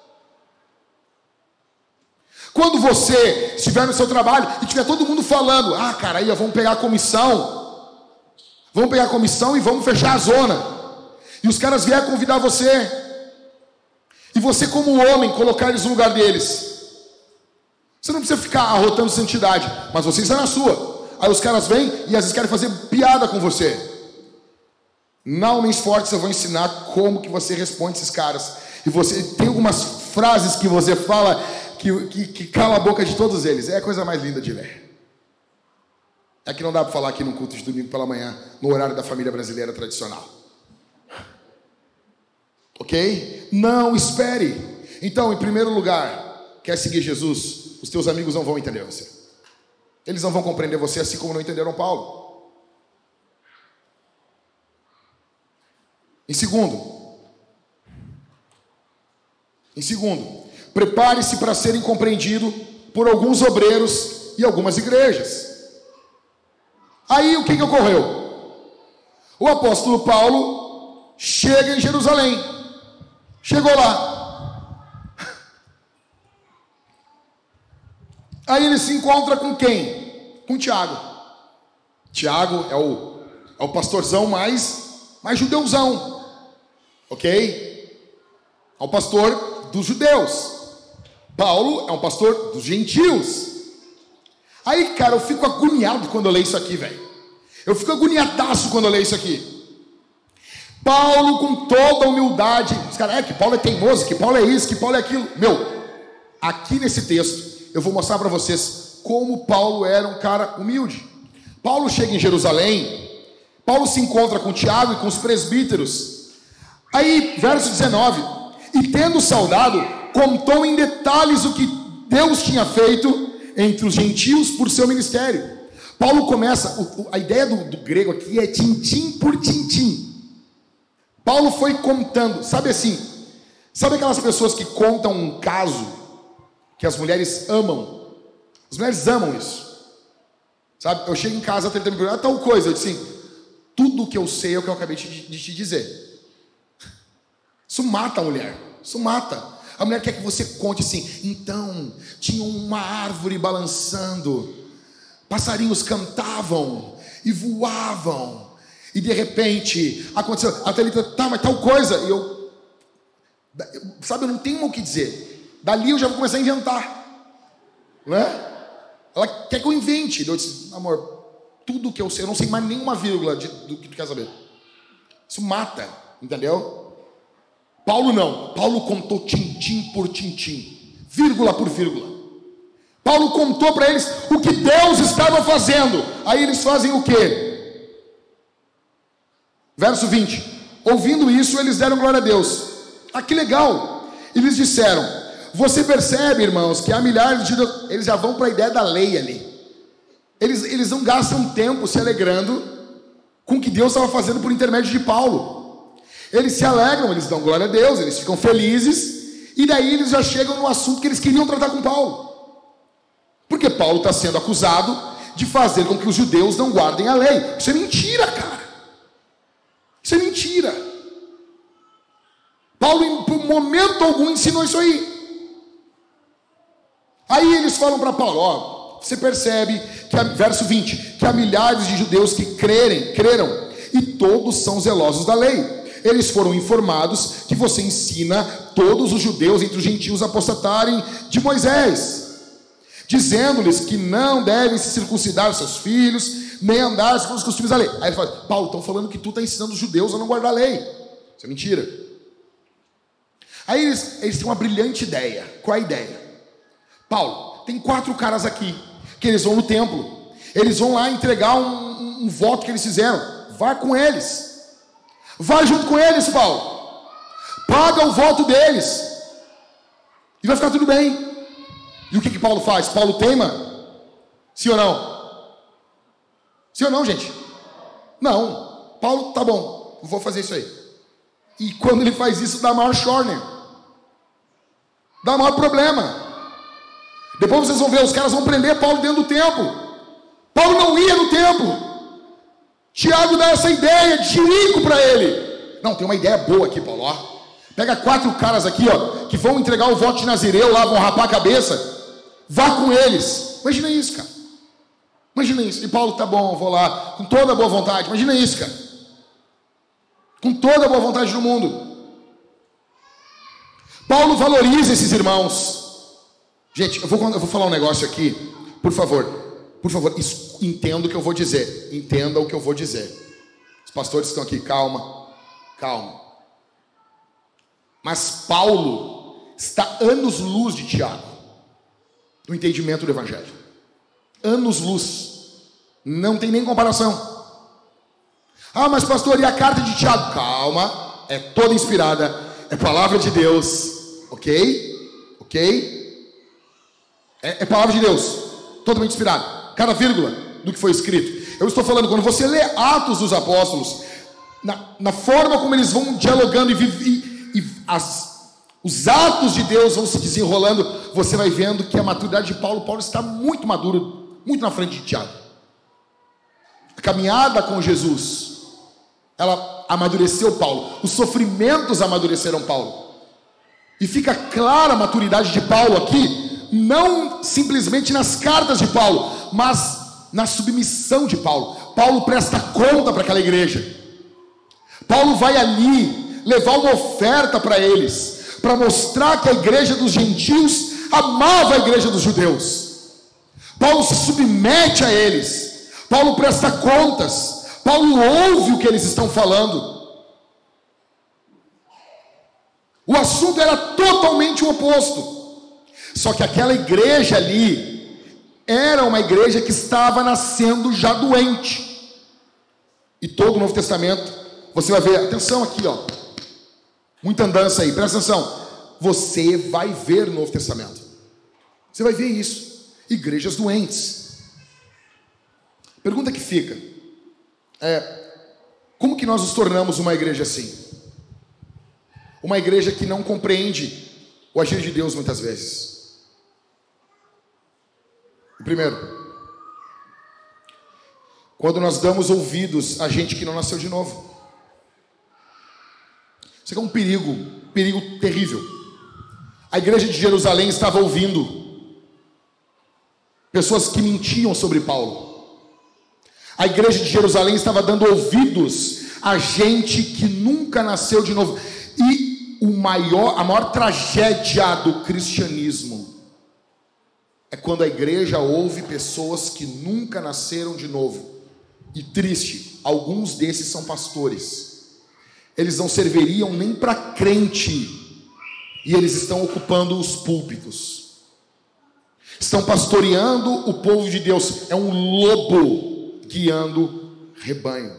Speaker 2: quando você estiver no seu trabalho e tiver todo mundo falando, ah, cara, aí vamos pegar a comissão e vamos fechar a zona. E os caras vierem convidar você, e você como homem colocar eles no lugar deles. Você não precisa ficar arrotando santidade, mas você está na sua. Aí os caras vêm e às vezes querem fazer piada com você. Na Homens Fortes eu vou ensinar como que você responde esses caras. E você tem algumas frases que você fala que cala a boca de todos eles. É a coisa mais linda de ver. É que não dá para falar aqui no culto de domingo pela manhã, no horário da família brasileira tradicional. Ok? Não espere. Então, em primeiro lugar, quer seguir Jesus? Os teus amigos não vão entender você. Eles não vão compreender você, assim como não entenderam Paulo. Em segundo, prepare-se para ser incompreendido por alguns obreiros e algumas igrejas. Aí o que ocorreu? O apóstolo Paulo chega em Jerusalém. Chegou lá. Aí ele se encontra com quem? Com Tiago. Tiago é o pastorzão mais judeuzão. Ok? É o pastor dos judeus. Paulo é um pastor dos gentios. Aí, cara, eu fico agoniado quando eu leio isso aqui, velho. Eu fico agoniadaço quando eu leio isso aqui. Paulo, com toda a humildade, os caras, que Paulo é teimoso, que Paulo é isso, que Paulo é aquilo. Meu, aqui nesse texto, eu vou mostrar para vocês como Paulo era um cara humilde. Paulo chega em Jerusalém, Paulo se encontra com Tiago e com os presbíteros. Aí, verso 19, e tendo saudado, contou em detalhes o que Deus tinha feito entre os gentios por seu ministério. Paulo começa, a ideia do grego aqui é tintim por tintim. Paulo foi contando, sabe aquelas pessoas que contam um caso que as mulheres amam? As mulheres amam isso. Sabe, eu chego em casa, ele me pergunta, tal coisa, eu disse assim, tudo o que eu sei é o que eu acabei de te dizer. Isso mata a mulher, isso mata. A mulher quer que você conte assim, então, tinha uma árvore balançando, passarinhos cantavam e voavam, e de repente aconteceu, a Thalita, tá, mas tal coisa, e eu não tenho o que dizer, dali eu já vou começar a inventar, né? Ela quer que eu invente, eu disse, amor, tudo que eu sei, eu não sei mais nenhuma vírgula do que tu quer saber, isso mata, entendeu? Paulo não, Paulo contou tintim por tintim, vírgula por vírgula. Paulo contou para eles o que Deus estava fazendo. Aí eles fazem o quê? Verso 20. Ouvindo isso, eles deram glória a Deus. Ah, que legal. Eles disseram, você percebe, irmãos, que há milhares de... Eles já vão para a ideia da lei ali. Eles não gastam tempo se alegrando com o que Deus estava fazendo por intermédio de Paulo. Eles se alegram, eles dão glória a Deus, eles ficam felizes, e daí eles já chegam no assunto que eles queriam tratar com Paulo. Porque Paulo está sendo acusado de fazer com que os judeus não guardem a lei. Isso é mentira, cara. Isso é mentira. Paulo, em momento algum, ensinou isso aí. Aí eles falam para Paulo, você percebe, que verso 20, que há milhares de judeus que creram, e todos são zelosos da lei. Eles foram informados que você ensina todos os judeus entre os gentios a apostatarem de Moisés, dizendo-lhes que não devem se circuncidar os seus filhos, nem andar segundo os costumes da lei. Aí ele fala, Paulo, estão falando que tu está ensinando os judeus a não guardar a lei. Isso é mentira. Aí eles têm uma brilhante ideia. Qual é a ideia? Paulo, tem 4 caras aqui, que eles vão no templo. Eles vão lá entregar um voto que eles fizeram. Vai com eles. Vai junto com eles, Paulo. Paga o voto deles. E vai ficar tudo bem. E o que Paulo faz? Paulo teima? Sim ou não? Sim ou não, gente? Não. Paulo, tá bom, eu vou fazer isso aí. E quando ele faz isso, dá maior chorner. Dá maior problema. Depois vocês vão ver, os caras vão prender Paulo dentro do templo. Paulo não ia no templo. Tiago dá essa ideia de rico para ele. Não, tem uma ideia boa aqui, Paulo. Ó. Pega 4 caras aqui, ó, que vão entregar o voto de Nazireu lá, vão rapar a cabeça. Vá com eles. Imagina isso, cara. Imagina isso. E Paulo, tá bom, eu vou lá, com toda a boa vontade. Imagina isso, cara. Com toda a boa vontade do mundo. Paulo valoriza esses irmãos. Gente, eu vou falar um negócio aqui. Por favor, entenda o que eu vou dizer. Entenda o que eu vou dizer. Os pastores estão aqui, calma. Mas Paulo está anos-luz de Tiago no entendimento do Evangelho. Anos-luz. Não tem nem comparação. Ah, mas pastor, e a carta de Tiago? Calma, é toda inspirada, é palavra de Deus, ok? É palavra de Deus, totalmente inspirada, cada vírgula do que foi escrito. Eu estou falando, quando você lê Atos dos Apóstolos, na forma como eles vão dialogando os atos de Deus vão se desenrolando, você vai vendo que a maturidade de Paulo está muito maduro, muito na frente de Tiago. A caminhada com Jesus, ela amadureceu Paulo. Os sofrimentos amadureceram Paulo. E fica clara a maturidade de Paulo aqui, não simplesmente nas cartas de Paulo, mas na submissão de Paulo. Paulo presta conta para aquela igreja. Paulo vai ali levar uma oferta para eles, para mostrar que a igreja dos gentios amava a igreja dos judeus. Paulo se submete a eles. Paulo presta contas. Paulo ouve o que eles estão falando. O assunto era totalmente o oposto. Só que aquela igreja ali era uma igreja que estava nascendo já doente. E todo o Novo Testamento, você vai ver, atenção aqui, ó. Muita andança aí, presta atenção. Você vai ver no Novo Testamento. Você vai ver isso. Igrejas doentes. Pergunta que fica. Como que nós nos tornamos uma igreja assim? Uma igreja que não compreende o agir de Deus muitas vezes. Primeiro, quando nós damos ouvidos a gente que não nasceu de novo. Isso aqui é um perigo terrível. A igreja de Jerusalém estava ouvindo pessoas que mentiam sobre Paulo. A igreja de Jerusalém estava dando ouvidos a gente que nunca nasceu de novo. E a maior tragédia do cristianismo é quando a igreja ouve pessoas que nunca nasceram de novo. E triste, alguns desses são pastores. Eles não serviriam nem para crente. E eles estão ocupando os púlpitos. Estão pastoreando o povo de Deus. É um lobo guiando rebanho.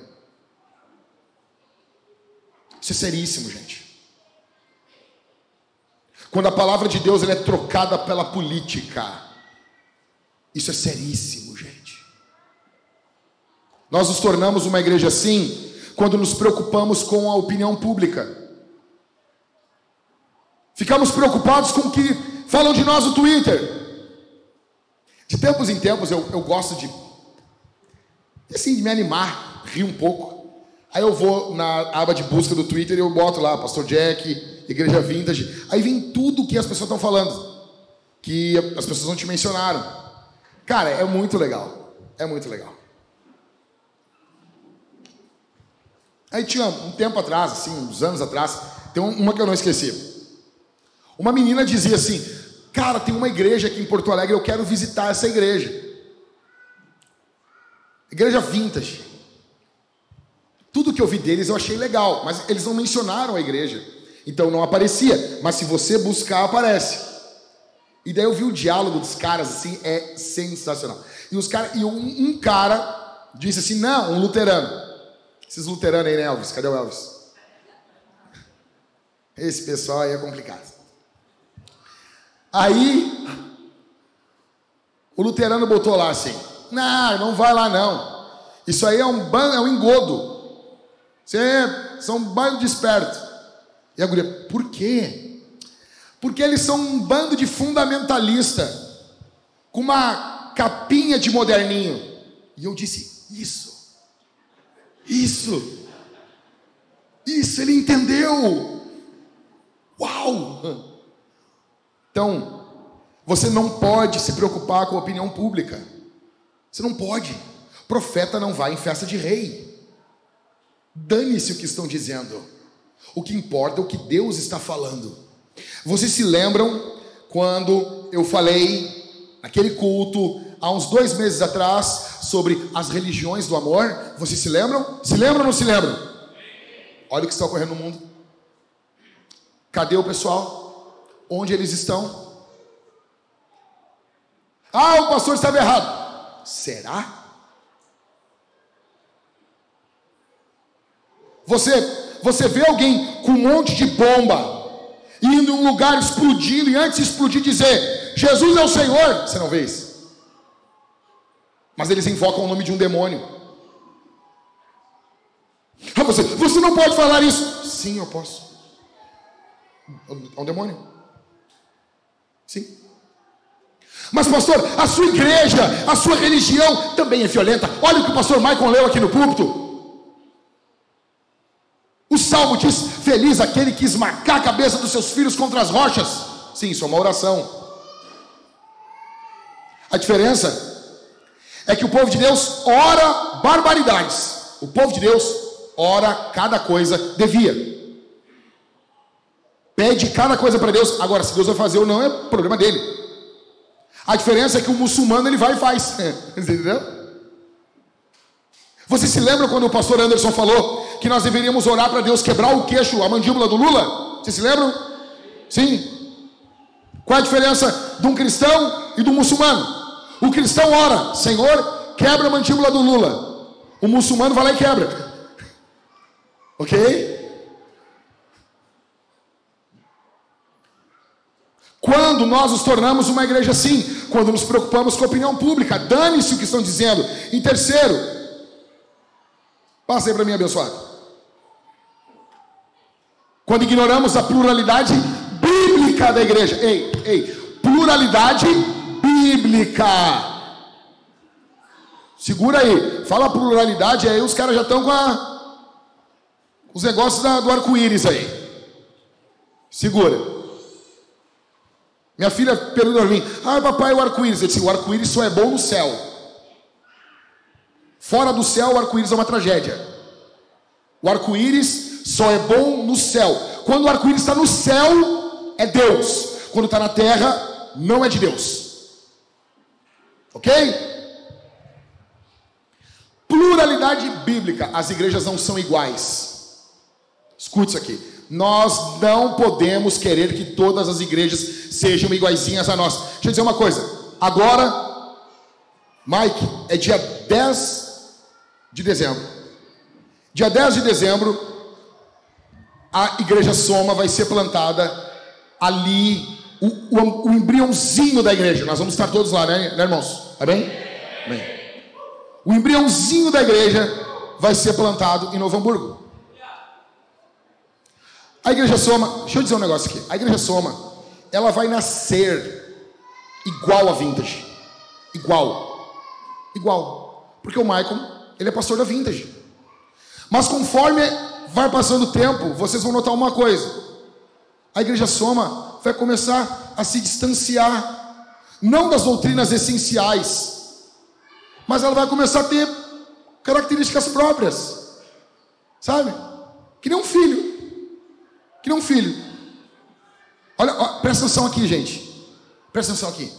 Speaker 2: Isso é seríssimo, gente. Quando a palavra de Deus ela é trocada pela política, isso é seríssimo, gente. Nós nos tornamos uma igreja assim quando nos preocupamos com a opinião pública. Ficamos preocupados com o que falam de nós no Twitter. De tempos em tempos eu gosto de me animar, rir um pouco. Aí eu vou na aba de busca do Twitter e eu boto lá, Pastor Jack, Igreja Vintage. Aí vem tudo que as pessoas estão falando, que as pessoas não te mencionaram. Cara, é muito legal. É muito legal. Aí tinha um tempo atrás, assim, uns anos atrás, tem uma que eu não esqueci. Uma menina dizia assim: cara, tem uma igreja aqui em Porto Alegre, eu quero visitar essa igreja. Igreja Vintage. Tudo que eu vi deles eu achei legal, mas eles não mencionaram a igreja, então não aparecia. Mas se você buscar, aparece. E daí eu vi o diálogo dos caras, assim, é sensacional. E um cara disse assim, não, um luterano. Esses luteranos aí, né, Elvis? Cadê o Elvis? Esse pessoal aí é complicado. Aí, o luterano botou lá assim, não vai lá não. Isso aí é um engodo. São um bando de esperto. E a guria, por quê? Porque eles são um bando de fundamentalista, com uma capinha de moderninho. E eu disse, isso, ele entendeu. Uau! Então, você não pode se preocupar com a opinião pública. Você não pode. Profeta não vai em festa de rei. Dane-se o que estão dizendo. O que importa é o que Deus está falando. Vocês se lembram quando eu falei naquele culto, há uns 2 meses atrás, sobre as religiões do amor? Vocês se lembram? Se lembram ou não se lembram? Olha o que está ocorrendo no mundo. Cadê o pessoal? Onde eles estão? O pastor estava errado. Será? Você vê alguém com um monte de bomba indo em um lugar explodindo, e antes de explodir dizer, Jesus é o Senhor. Você não vê isso? Mas eles invocam o nome de um demônio. Você não pode falar isso. Sim, eu posso. É um demônio. Sim. Mas pastor, a sua igreja, a sua religião também é violenta. Olha o que o pastor Michael leu aqui no púlpito. O Salmo diz, feliz aquele que esmagar a cabeça dos seus filhos contra as rochas. Sim, isso é uma oração. A diferença é que o povo de Deus ora barbaridades. O povo de Deus ora cada coisa devia. Pede cada coisa para Deus. Agora, se Deus vai fazer ou não, é problema dele. A diferença é que o muçulmano, ele vai e faz. Entendeu? Você se lembra quando o pastor Anderson falou que nós deveríamos orar para Deus quebrar o queixo, a mandíbula do Lula? Vocês se lembram? Sim. Qual é a diferença de um cristão e de um muçulmano? O cristão ora, Senhor, quebra a mandíbula do Lula. O muçulmano vai lá e quebra. Ok? Quando nós nos tornamos uma igreja assim? Quando nos preocupamos com a opinião pública. Dane-se o que estão dizendo. Em terceiro, passa aí para mim, abençoado. Quando ignoramos a pluralidade bíblica da igreja. Pluralidade bíblica. Segura aí. Fala pluralidade, aí os caras já estão com os negócios do arco-íris aí. Segura. Minha filha perguntou para mim, papai, o arco-íris. Eu disse, o arco-íris só é bom no céu. Fora do céu, o arco-íris é uma tragédia. O arco-íris só é bom no céu. Quando o arco-íris está no céu, é Deus. Quando está na terra, não é de Deus. Ok? Pluralidade bíblica. As igrejas não são iguais. Escute isso aqui. Nós não podemos querer que todas as igrejas sejam iguaizinhas a nós. Deixa eu dizer uma coisa. Agora, Mike, é dia 10 de dezembro. Dia 10 de dezembro, a igreja Soma vai ser plantada ali, o embriãozinho da igreja. Nós vamos estar todos lá, né irmãos? Tá bem? Bem. O embriãozinho da igreja vai ser plantado em Novo Hamburgo. A igreja Soma, deixa eu dizer um negócio aqui. A igreja Soma, ela vai nascer igual a Vintage. Igual. Porque o Michael, ele é pastor da Vintage. Mas conforme vai passando o tempo, vocês vão notar uma coisa. A igreja Soma vai começar a se distanciar, não das doutrinas essenciais, mas ela vai começar a ter características próprias. Sabe? Que nem um filho. Olha, presta atenção aqui, gente. Presta atenção aqui.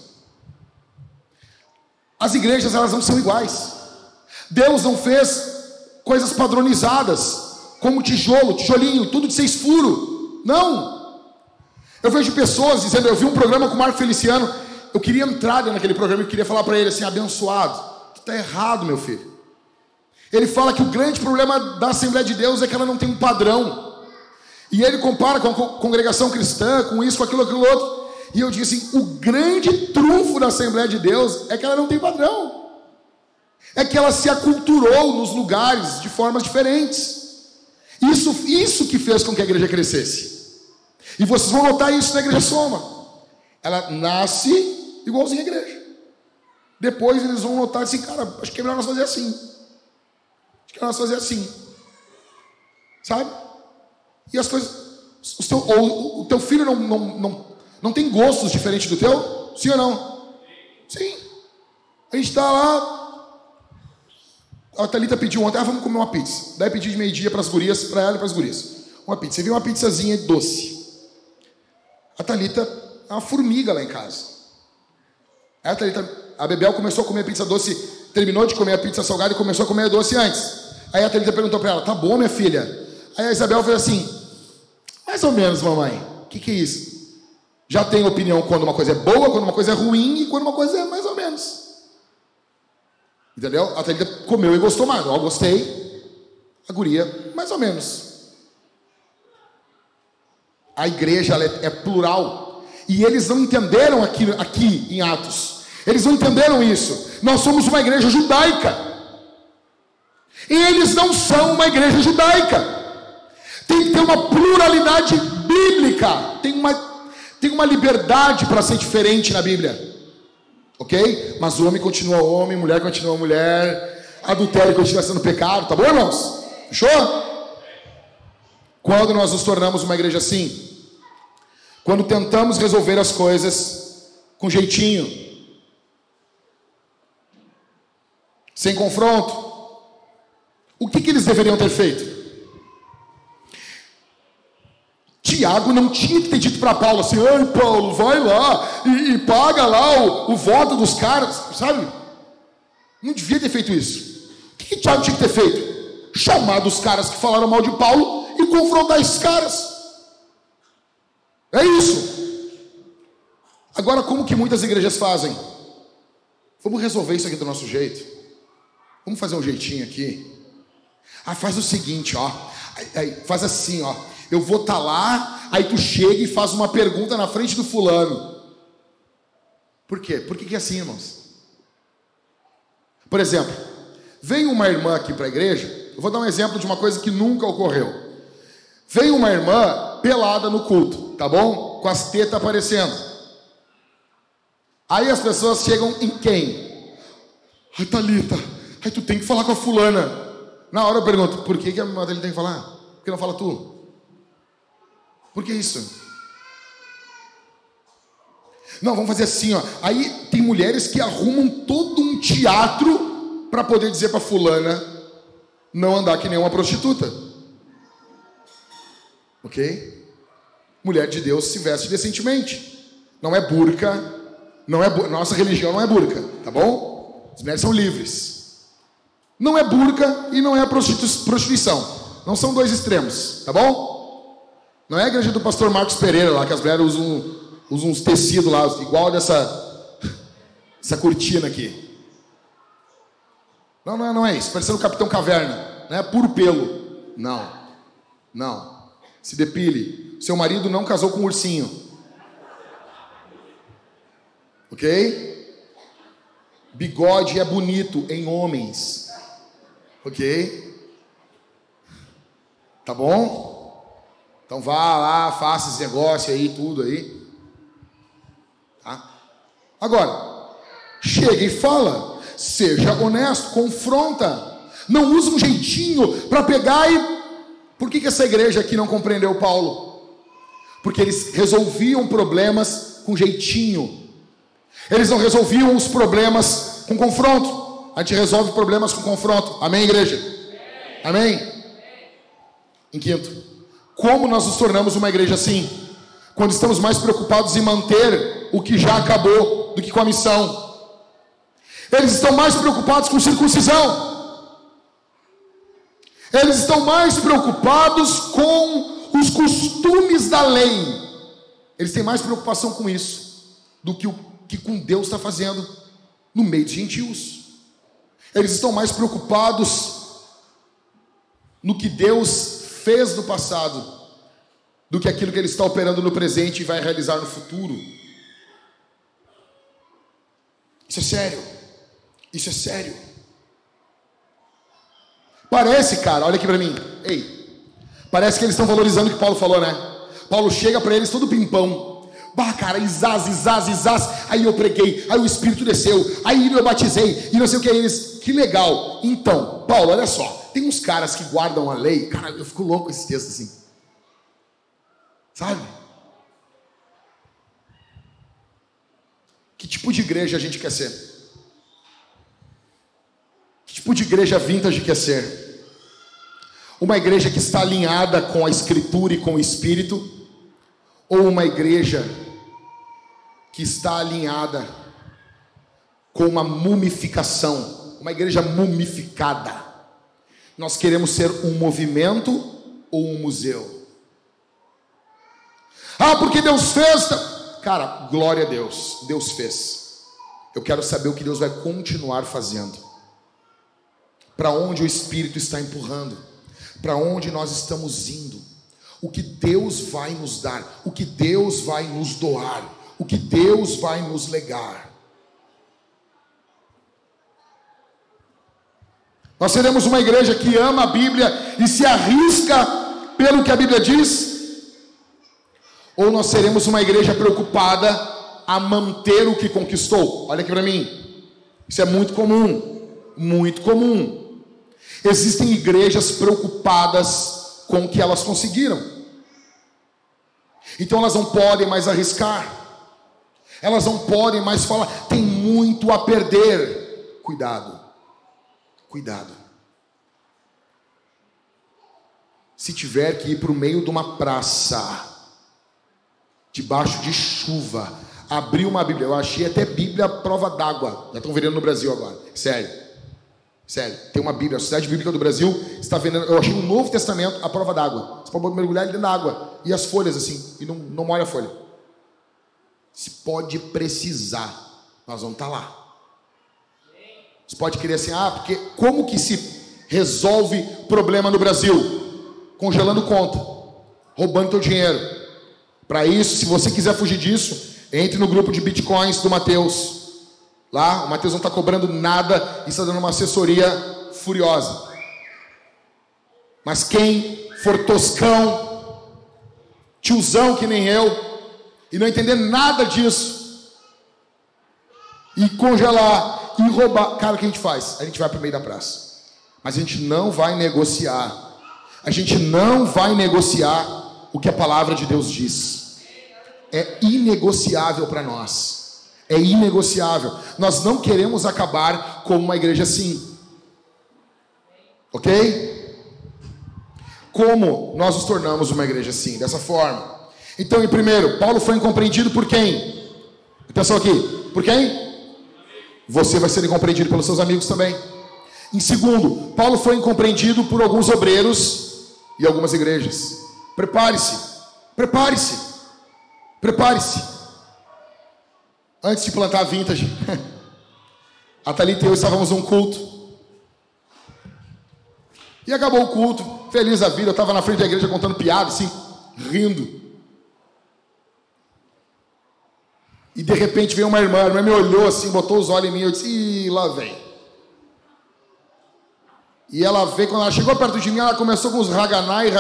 Speaker 2: As igrejas, elas não são iguais. Deus não fez coisas padronizadas, como tijolo, tijolinho, tudo de 6 furos. Não. Eu vejo pessoas dizendo, eu vi um programa com o Marco Feliciano, eu queria entrar naquele programa e queria falar para ele assim, abençoado, tu tá errado, meu filho. Ele fala que o grande problema da Assembleia de Deus é que ela não tem um padrão. E ele compara com a congregação cristã, com isso, com aquilo, aquilo outro. E eu disse assim, o grande trunfo da Assembleia de Deus é que ela não tem padrão. É que ela se aculturou nos lugares de formas diferentes. Isso que fez com que a igreja crescesse. E vocês vão notar isso na Igreja Soma. Ela nasce igualzinha à igreja. Depois eles vão notar assim, cara, acho que é melhor nós fazer assim. Acho que é melhor nós fazer assim. Sabe? E as coisas... o teu filho não tem gostos diferentes do teu? Sim ou não? Sim. A gente está lá... A Thalita pediu ontem, vamos comer uma pizza. Daí pedi de meio-dia para as gurias, para ela e para as gurias. Uma pizza. Você viu uma pizzazinha doce. A Thalita é uma formiga lá em casa. Aí a Bebel começou a comer pizza doce, terminou de comer a pizza salgada e começou a comer doce antes. Aí a Thalita perguntou para ela, tá bom, minha filha? Aí a Isabel fez assim, mais ou menos, mamãe. O que é isso? Já tem opinião quando uma coisa é boa, quando uma coisa é ruim e quando uma coisa é mais ou menos. Entendeu? A Thalita comeu e gostou mais. Eu gostei. A guria, mais ou menos. A igreja ela é plural. E eles não entenderam aqui em Atos. Eles não entenderam isso. Nós somos uma igreja judaica. E eles não são uma igreja judaica. Tem que ter uma pluralidade bíblica. Tem uma liberdade para ser diferente na Bíblia. Ok? Mas o homem continua homem, mulher continua mulher, adultério continua sendo pecado, tá bom, irmãos? Fechou? Quando nós nos tornamos uma igreja assim? Quando tentamos resolver as coisas com jeitinho, sem confronto. O que eles deveriam ter feito? Tiago não tinha que ter dito para Paulo assim, ai Paulo, vai lá e paga lá o voto dos caras, sabe? Não devia ter feito isso. O que Tiago tinha que ter feito? Chamar os caras que falaram mal de Paulo e confrontar esses caras. É isso. Agora, como que muitas igrejas fazem? Vamos resolver isso aqui do nosso jeito. Vamos fazer um jeitinho aqui. Faz o seguinte, ó. Faz assim, ó. Eu vou estar lá, aí tu chega e faz uma pergunta na frente do fulano. Por quê? Por que é assim, irmãos? Por exemplo, veio uma irmã aqui para a igreja, eu vou dar um exemplo de uma coisa que nunca ocorreu. Veio uma irmã pelada no culto, tá bom? Com as tetas aparecendo. Aí as pessoas chegam em quem? Ai, Thalita, aí tu tem que falar com a fulana. Na hora eu pergunto, por que a irmã dele tem que falar? Por que não fala tu? Por que isso? Não, vamos fazer assim, ó. Aí tem mulheres que arrumam todo um teatro para poder dizer para fulana não andar que nem uma prostituta. Ok? Mulher de Deus se veste decentemente. Não é burca. Nossa religião não é burca, tá bom? As mulheres são livres. Não é burca e não é prostituição. Não são dois extremos, tá bom? Não é a igreja do pastor Marcos Pereira lá, que as mulheres usam uns tecidos lá, igual essa cortina aqui. Não é isso. Parecendo o Capitão Caverna. Não é puro pelo. Não. Se depile. Seu marido não casou com um ursinho. Ok? Bigode é bonito em homens. Ok? Tá bom? Então vá lá, faça esse negócio aí, tudo aí. Tá? Agora, chega e fala. Seja honesto, confronta. Não use um jeitinho para pegar e... Por que essa igreja aqui não compreendeu Paulo? Porque eles resolviam problemas com jeitinho. Eles não resolviam os problemas com confronto. A gente resolve problemas com confronto. Amém, igreja? Amém? Em quinto, como nós nos tornamos uma igreja assim? Quando estamos mais preocupados em manter o que já acabou do que com a missão. Eles estão mais preocupados com circuncisão. Eles estão mais preocupados com os costumes da lei. Eles têm mais preocupação com isso do que o que com Deus está fazendo no meio de gentios. Eles estão mais preocupados no que Deus fez no passado do que aquilo que Ele está operando no presente e vai realizar no futuro. Isso é sério. Isso é sério. Parece, cara, olha aqui para mim. Ei, parece que eles estão valorizando o que Paulo falou, né? Paulo chega para eles todo pimpão. Bah, cara, Isás. Aí eu preguei, aí o Espírito desceu, aí eu batizei, e não sei o que. Eles, que legal. Então, Paulo, olha só. Tem uns caras que guardam a lei. Cara, eu fico louco com esse texto assim. Sabe? Que tipo de igreja a gente quer ser? Que tipo de igreja vintage quer ser? Uma igreja que está alinhada com a Escritura e com o Espírito? Ou uma igreja que está alinhada com uma mumificação? Uma igreja mumificada. Nós queremos ser um movimento ou um museu? Ah, porque Deus fez. Cara, glória a Deus. Deus fez. Eu quero saber o que Deus vai continuar fazendo. Para onde o Espírito está empurrando. Para onde nós estamos indo. O que Deus vai nos dar. O que Deus vai nos doar. O que Deus vai nos legar. Nós seremos uma igreja que ama a Bíblia e se arrisca pelo que a Bíblia diz? Ou nós seremos uma igreja preocupada a manter o que conquistou? Olha aqui para mim. Isso é muito comum. Muito comum. Existem igrejas preocupadas com o que elas conseguiram. Então elas não podem mais arriscar. Elas não podem mais falar. Tem muito a perder. Cuidado. Cuidado. Se tiver que ir para o meio de uma praça, debaixo de chuva, abrir uma Bíblia. Eu achei até Bíblia à prova d'água. Já estão vendendo no Brasil agora. Sério. Sério. Tem uma Bíblia, a Sociedade Bíblica do Brasil está vendendo. Eu achei um Novo Testamento à prova d'água. Você pode mergulhar ele dentro da água. E as folhas assim. E não molha a folha. Se pode precisar, nós vamos estar lá. Você pode querer assim, porque como que se resolve problema no Brasil? Congelando conta. Roubando teu dinheiro. Para isso, se você quiser fugir disso, entre no grupo de bitcoins do Mateus. Lá, o Mateus não está cobrando nada e está dando uma assessoria furiosa. Mas quem for toscão, tiozão que nem eu, e não entender nada disso, e congelar, e roubar, cara, o que a gente faz? A gente vai para o meio da praça. Mas a gente não vai negociar. A gente não vai negociar o que a palavra de Deus diz. É inegociável para nós. É inegociável. Nós não queremos acabar como uma igreja assim. Ok? Como nós nos tornamos uma igreja assim? Dessa forma. Então, em primeiro, Paulo foi incompreendido por quem? Atenção aqui. Por quem? Você vai ser incompreendido pelos seus amigos também. Em segundo, Paulo foi incompreendido por alguns obreiros e algumas igrejas. Prepare-se. Prepare-se. Prepare-se. Antes de plantar a Vintage, a Thalita e eu estávamos num culto. E acabou o culto, feliz da vida. Eu estava na frente da igreja contando piada, assim, rindo. E de repente veio uma irmã. A irmã me olhou assim, botou os olhos em mim. Eu disse, ih, lá vem. E ela veio, quando ela chegou perto de mim, ela começou com os raganai.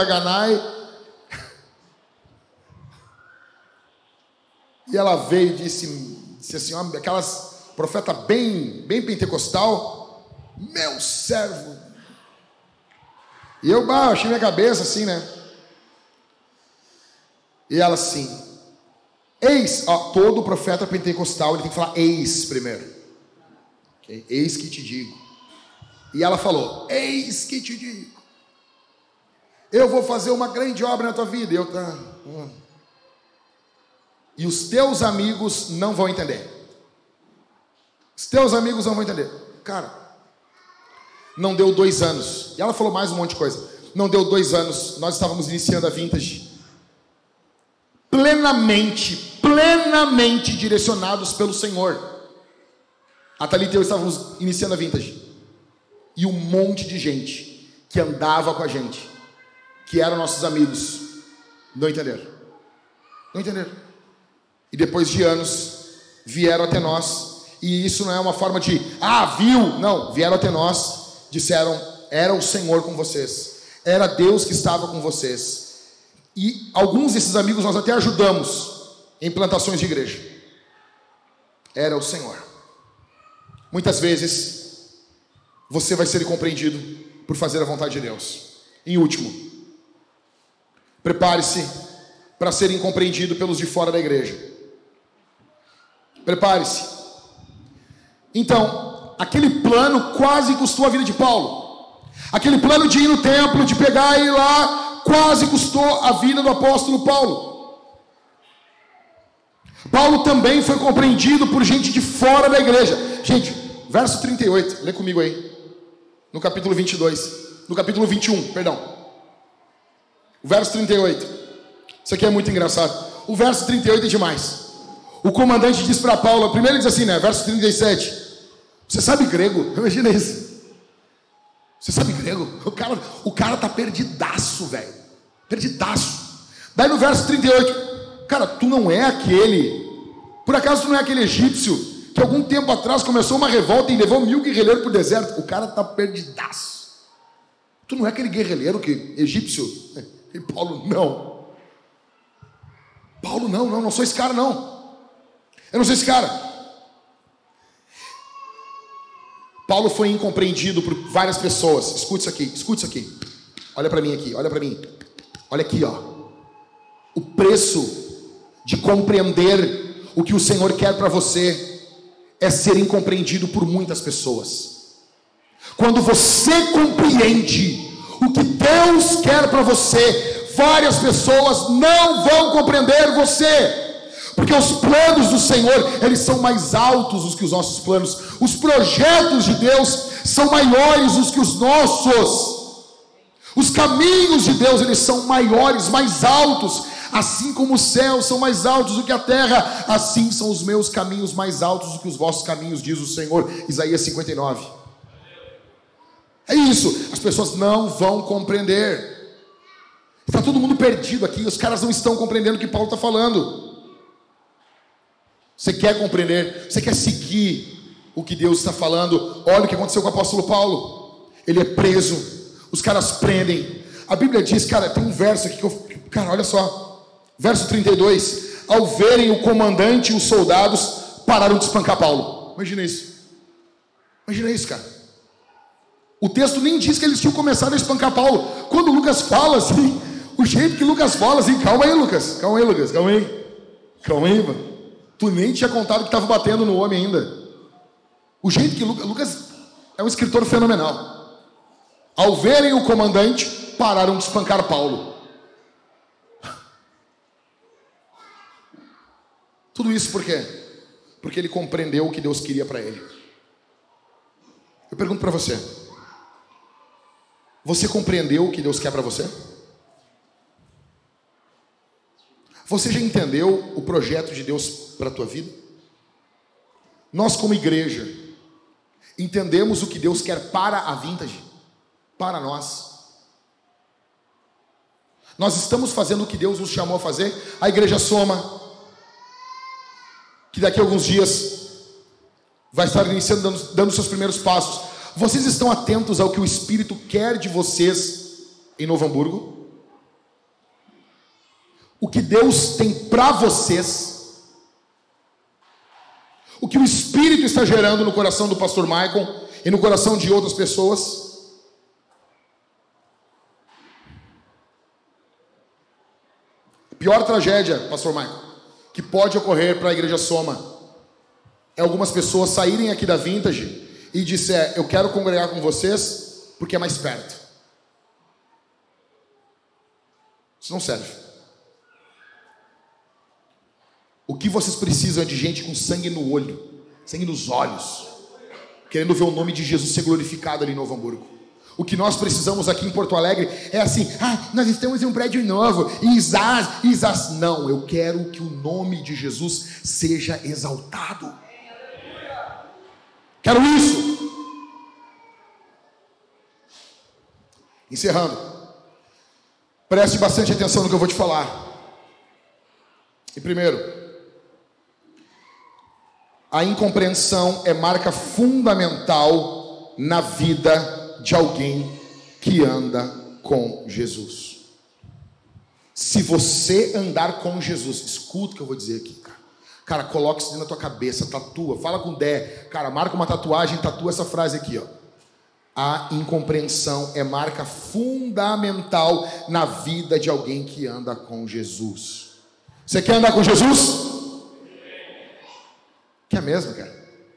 Speaker 2: E ela veio e disse assim, aquelas profeta bem pentecostal, meu servo. E eu achei minha cabeça assim, né? E ela assim, todo profeta pentecostal, ele tem que falar eis primeiro. Okay? Eis que te digo. E ela falou, eis que te digo. Eu vou fazer uma grande obra na tua vida. E eu E os teus amigos não vão entender. Os teus amigos não vão entender. Cara, não deu 2 anos. E ela falou mais um monte de coisa. Não deu 2 anos. Nós estávamos iniciando a Vintage. plenamente direcionados pelo Senhor. A Thalita e eu estávamos iniciando a Vintage. E um monte de gente que andava com a gente, que eram nossos amigos, não entenderam. Não entenderam. E depois de anos, vieram até nós. E isso não é uma forma de, viu? Não, vieram até nós, disseram, era o Senhor com vocês. Era Deus que estava com vocês. E alguns desses amigos nós até ajudamos em plantações de igreja. Era o Senhor. Muitas vezes, você vai ser incompreendido por fazer a vontade de Deus. Em último, prepare-se para ser incompreendido pelos de fora da igreja. Prepare-se. Então, aquele plano quase custou a vida de Paulo. Aquele plano de ir no templo, de pegar e ir lá, quase custou a vida do apóstolo Paulo. Paulo também foi compreendido por gente de fora da igreja. Gente, verso 38, lê comigo aí. No capítulo 22. No capítulo 21, perdão. O verso 38. Isso aqui é muito engraçado. O verso 38 é demais. O comandante diz para Paulo, primeiro ele diz assim, né? Verso 37. Você sabe grego? Imagina isso. Você sabe grego? O cara tá perdidaço, velho. Perdidaço. Daí no verso 38, cara, tu não é aquele... Por acaso tu não é aquele egípcio que algum tempo atrás começou uma revolta e levou 1000 guerrilheiros pro deserto? O cara tá perdidaço. Tu não é aquele guerrilheiro que egípcio? E Paulo, não. Paulo, não sou esse cara, não. Eu não sou esse cara. Paulo foi incompreendido por várias pessoas. Escute isso aqui. Olha para mim aqui, olha para mim. Olha aqui, ó. O preço de compreender o que o Senhor quer para você é ser incompreendido por muitas pessoas. Quando você compreende o que Deus quer para você, várias pessoas não vão compreender você. Porque os planos do Senhor, eles são mais altos do que os nossos planos. Os projetos de Deus são maiores do que os nossos. Os caminhos de Deus, eles são maiores, mais altos. Assim como os céus são mais altos do que a terra, assim são os meus caminhos mais altos do que os vossos caminhos, diz o Senhor. Isaías 59. É isso. As pessoas não vão compreender. Está todo mundo perdido aqui. Os caras não estão compreendendo o que Paulo está falando. Você quer compreender, você quer seguir o que Deus está falando. Olha o que aconteceu com o apóstolo Paulo. Ele é preso, os caras prendem. A Bíblia diz, cara, tem um verso aqui que cara, olha só. Verso 32. Ao verem o comandante e os soldados, pararam de espancar Paulo. Imagina isso, cara. O texto nem diz que eles tinham começado a espancar Paulo. Quando Lucas fala assim, o jeito que Lucas fala assim, calma aí, Lucas, mano. Tu nem tinha contado que estava batendo no homem ainda. O jeito que Lucas é um escritor fenomenal. Ao verem o comandante, pararam de espancar Paulo. Tudo isso por quê? Porque ele compreendeu o que Deus queria para ele. Eu pergunto para você. Você compreendeu o que Deus quer para você? Você já entendeu o projeto de Deus para a tua vida? Nós como igreja entendemos o que Deus quer para a Vintage, para nós. Nós estamos fazendo o que Deus nos chamou a fazer. A igreja Soma, que daqui a alguns dias vai estar iniciando, dando seus primeiros passos. Vocês estão atentos ao que o Espírito quer de vocês em Novo Hamburgo? O que Deus tem para vocês, o que o Espírito está gerando no coração do pastor Michael e no coração de outras pessoas. A pior tragédia, pastor Michael, que pode ocorrer para a igreja Soma é algumas pessoas saírem aqui da Vintage e disser, eu quero congregar com vocês porque é mais perto. Isso não serve. O que vocês precisam é de gente com sangue no olho, sangue nos olhos, querendo ver o nome de Jesus ser glorificado ali em Novo Hamburgo. O que nós precisamos aqui em Porto Alegre é assim: nós estamos em um prédio novo, Isás. Não, eu quero que o nome de Jesus seja exaltado. Quero isso. Encerrando, preste bastante atenção no que eu vou te falar. E primeiro, a incompreensão é marca fundamental na vida de alguém que anda com Jesus. Se você andar com Jesus, escuta o que eu vou dizer aqui, cara. Cara, coloca isso dentro da tua cabeça, tatua, fala com o Dé, cara, marca uma tatuagem, tatua essa frase aqui, ó. A incompreensão é marca fundamental na vida de alguém que anda com Jesus. Você quer andar com Jesus? Quer mesmo, cara?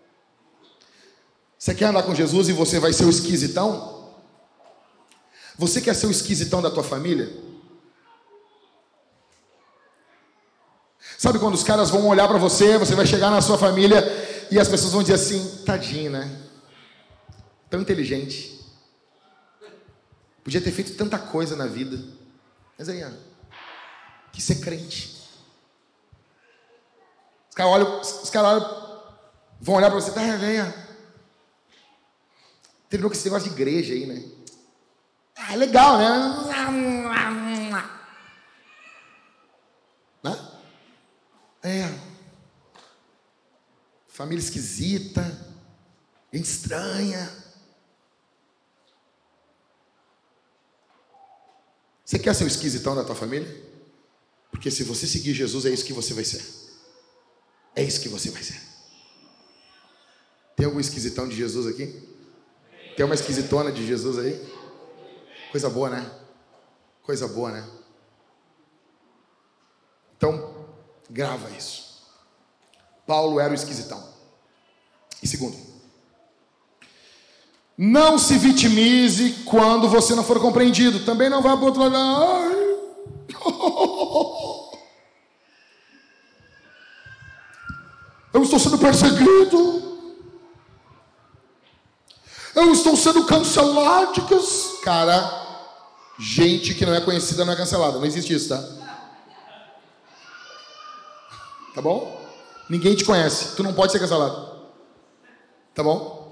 Speaker 2: Você quer andar com Jesus e você vai ser o esquisitão? Você quer ser o esquisitão da tua família? Sabe quando os caras vão olhar para você, você vai chegar na sua família e as pessoas vão dizer assim: tadinho, né? Tão inteligente. Podia ter feito tanta coisa na vida. Mas aí, ó, que ser crente. Os caras olham, vão olhar para você, tá, venha. Terminou com esse negócio de igreja aí, né? É legal, né? Né? Família esquisita, gente estranha. Você quer ser o esquisitão da tua família? Porque se você seguir Jesus, é isso que você vai ser. É isso que você vai ser. Tem algum esquisitão de Jesus aqui? Tem uma esquisitona de Jesus aí? Coisa boa, né? Coisa boa, né? Então, grava isso. Paulo era o esquisitão. E segundo, não se vitimize quando você não for compreendido. Também não vá para o outro lado. Eu estou sendo perseguido. Eu estou sendo cancelado. Cara, gente que não é conhecida não é cancelada. Não existe isso, tá? Tá bom? Ninguém te conhece. Tu não pode ser cancelado. Tá bom?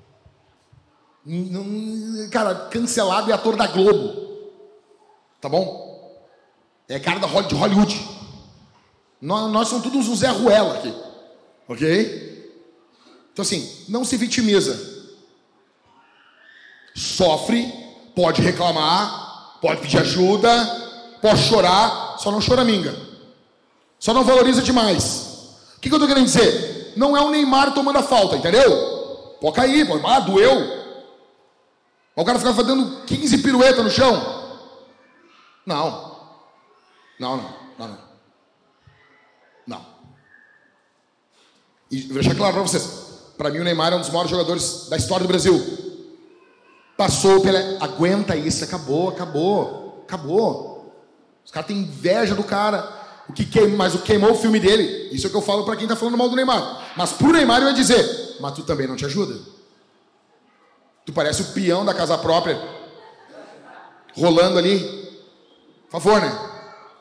Speaker 2: Cara, cancelado é ator da Globo. Tá bom? É cara de Hollywood. Nós somos todos um Zé Ruela aqui. Ok? Então assim, não se vitimiza. Sofre, pode reclamar, pode pedir ajuda, pode chorar, só não choraminga. Só não valoriza demais. O que eu tô querendo dizer? Não é o Neymar tomando a falta, entendeu? Pode cair, doeu. O cara ficava fazendo 15 piruetas no chão. Não. E vou deixar claro para vocês. Para mim o Neymar é um dos maiores jogadores da história do Brasil. Passou pela... Aguenta isso, acabou. Os caras têm inveja do cara. Mas o queimou o filme dele. Isso é o que eu falo para quem tá falando mal do Neymar. Mas pro Neymar eu ia dizer: mas tu também não te ajuda. Tu parece o peão da casa própria, rolando ali. Por favor, né?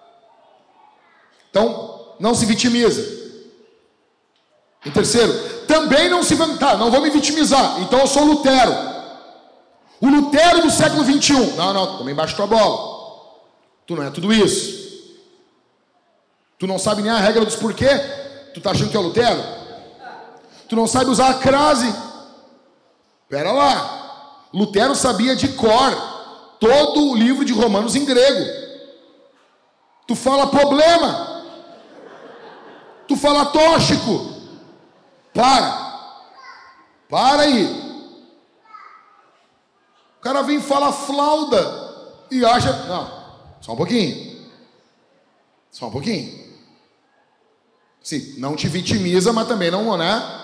Speaker 2: Então, não se vitimiza. Em terceiro, também não se... Tá, não vou me vitimizar. Então eu sou Lutero. O Lutero do século 21. Não, também baixa tua bola. Tu não é tudo isso. Tu não sabe nem a regra dos porquê. Tu tá achando que é Lutero? Tu não sabe usar a crase. Pera lá. Lutero sabia de cor todo o livro de Romanos em grego. Tu fala problema. Tu fala tóxico. Para aí. O cara vem falar flauda e acha... Não, só um pouquinho. Sim, não te vitimiza, mas também não, né?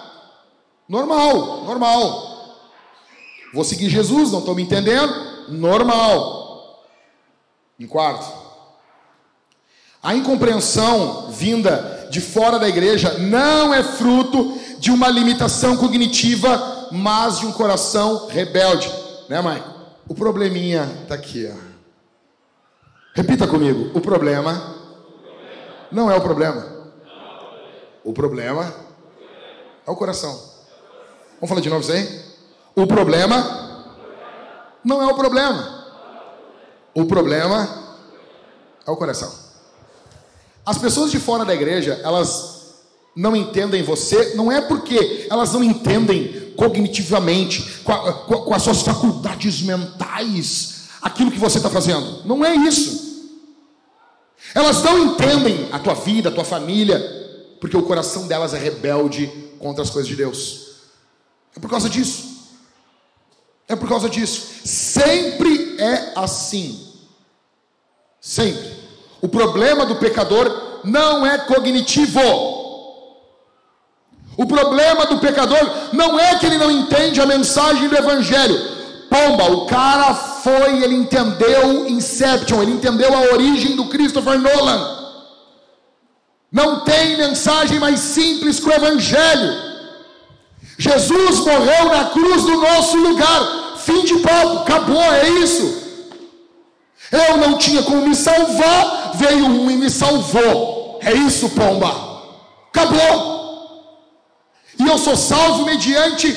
Speaker 2: Normal. Vou seguir Jesus, não estou me entendendo? Normal. Em quarto, a incompreensão vinda de fora da igreja não é fruto de uma limitação cognitiva, mas de um coração rebelde. Né, mãe? O probleminha está aqui, ó. Repita comigo. O problema não é o problema. O problema é o coração. Vamos falar de novo isso aí? O problema não é o problema. O problema é o coração. As pessoas de fora da igreja, elas não entendem você, não é porque elas não entendem cognitivamente, com as suas faculdades mentais, aquilo que você está fazendo. Não é isso. Elas não entendem a tua vida, a tua família, porque o coração delas é rebelde contra as coisas de Deus. É por causa disso. É por causa disso. Sempre é assim. Sempre. O problema do pecador não é cognitivo. O problema do pecador não é que ele não entende a mensagem do evangelho. Pomba, o cara ele entendeu Inception, ele entendeu a origem do Christopher Nolan. Não tem mensagem mais simples que o evangelho. Jesus morreu na cruz do nosso lugar. Fim de papo, acabou, é isso. Eu não tinha como me salvar, veio um e me salvou. É isso, pomba. Acabou. E eu sou salvo mediante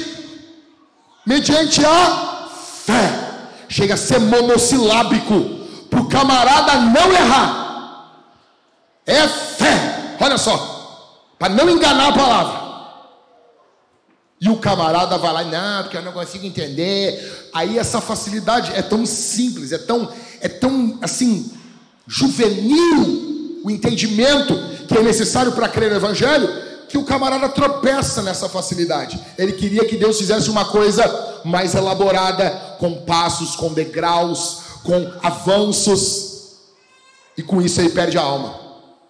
Speaker 2: a fé. Chega a ser monossilábico, para o camarada não errar. É fé, olha só, para não enganar a palavra. E o camarada vai lá, não, porque eu não consigo entender. Aí essa facilidade é tão simples, é tão assim, juvenil o entendimento que é necessário para crer no evangelho, que o camarada tropeça nessa facilidade. Ele queria que Deus fizesse uma coisa mais elaborada, com passos, com degraus, com avanços, e com isso ele perde a alma.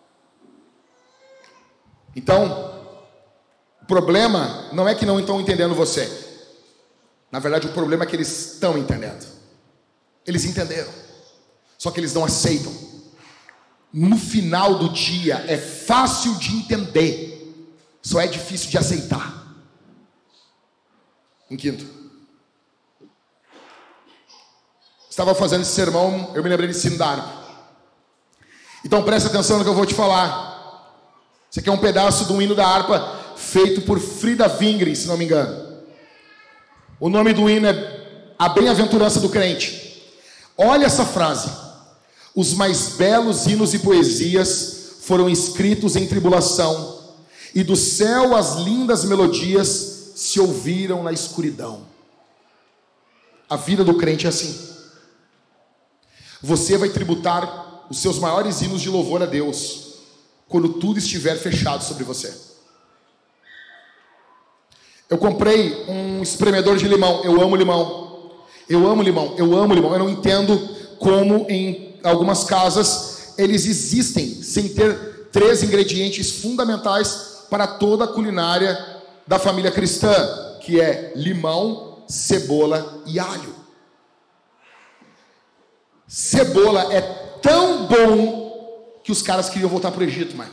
Speaker 2: Então, o problema não é que não estão entendendo você. Na verdade, o problema é que eles estão entendendo. Eles entenderam, só que eles não aceitam. No final do dia é fácil de entender, só é difícil de aceitar. Em quinto, estava fazendo esse sermão, eu me lembrei de ensino da harpa. Então presta atenção no que eu vou te falar. Isso aqui é um pedaço do hino da harpa feito por Frida Wingren, se não me engano. O nome do hino é A Bem-aventurança do Crente. Olha essa frase: os mais belos hinos e poesias foram escritos em tribulação, e do céu as lindas melodias se ouviram na escuridão. A vida do crente é assim. Você vai tributar os seus maiores hinos de louvor a Deus quando tudo estiver fechado sobre você. Eu comprei um espremedor de limão. Eu amo limão. Eu amo limão. Eu amo limão. Eu não entendo como em algumas casas eles existem sem ter 3 ingredientes fundamentais para toda a culinária da família cristã, que é limão, cebola e alho. Cebola é tão bom que os caras queriam voltar para o Egito, Michael.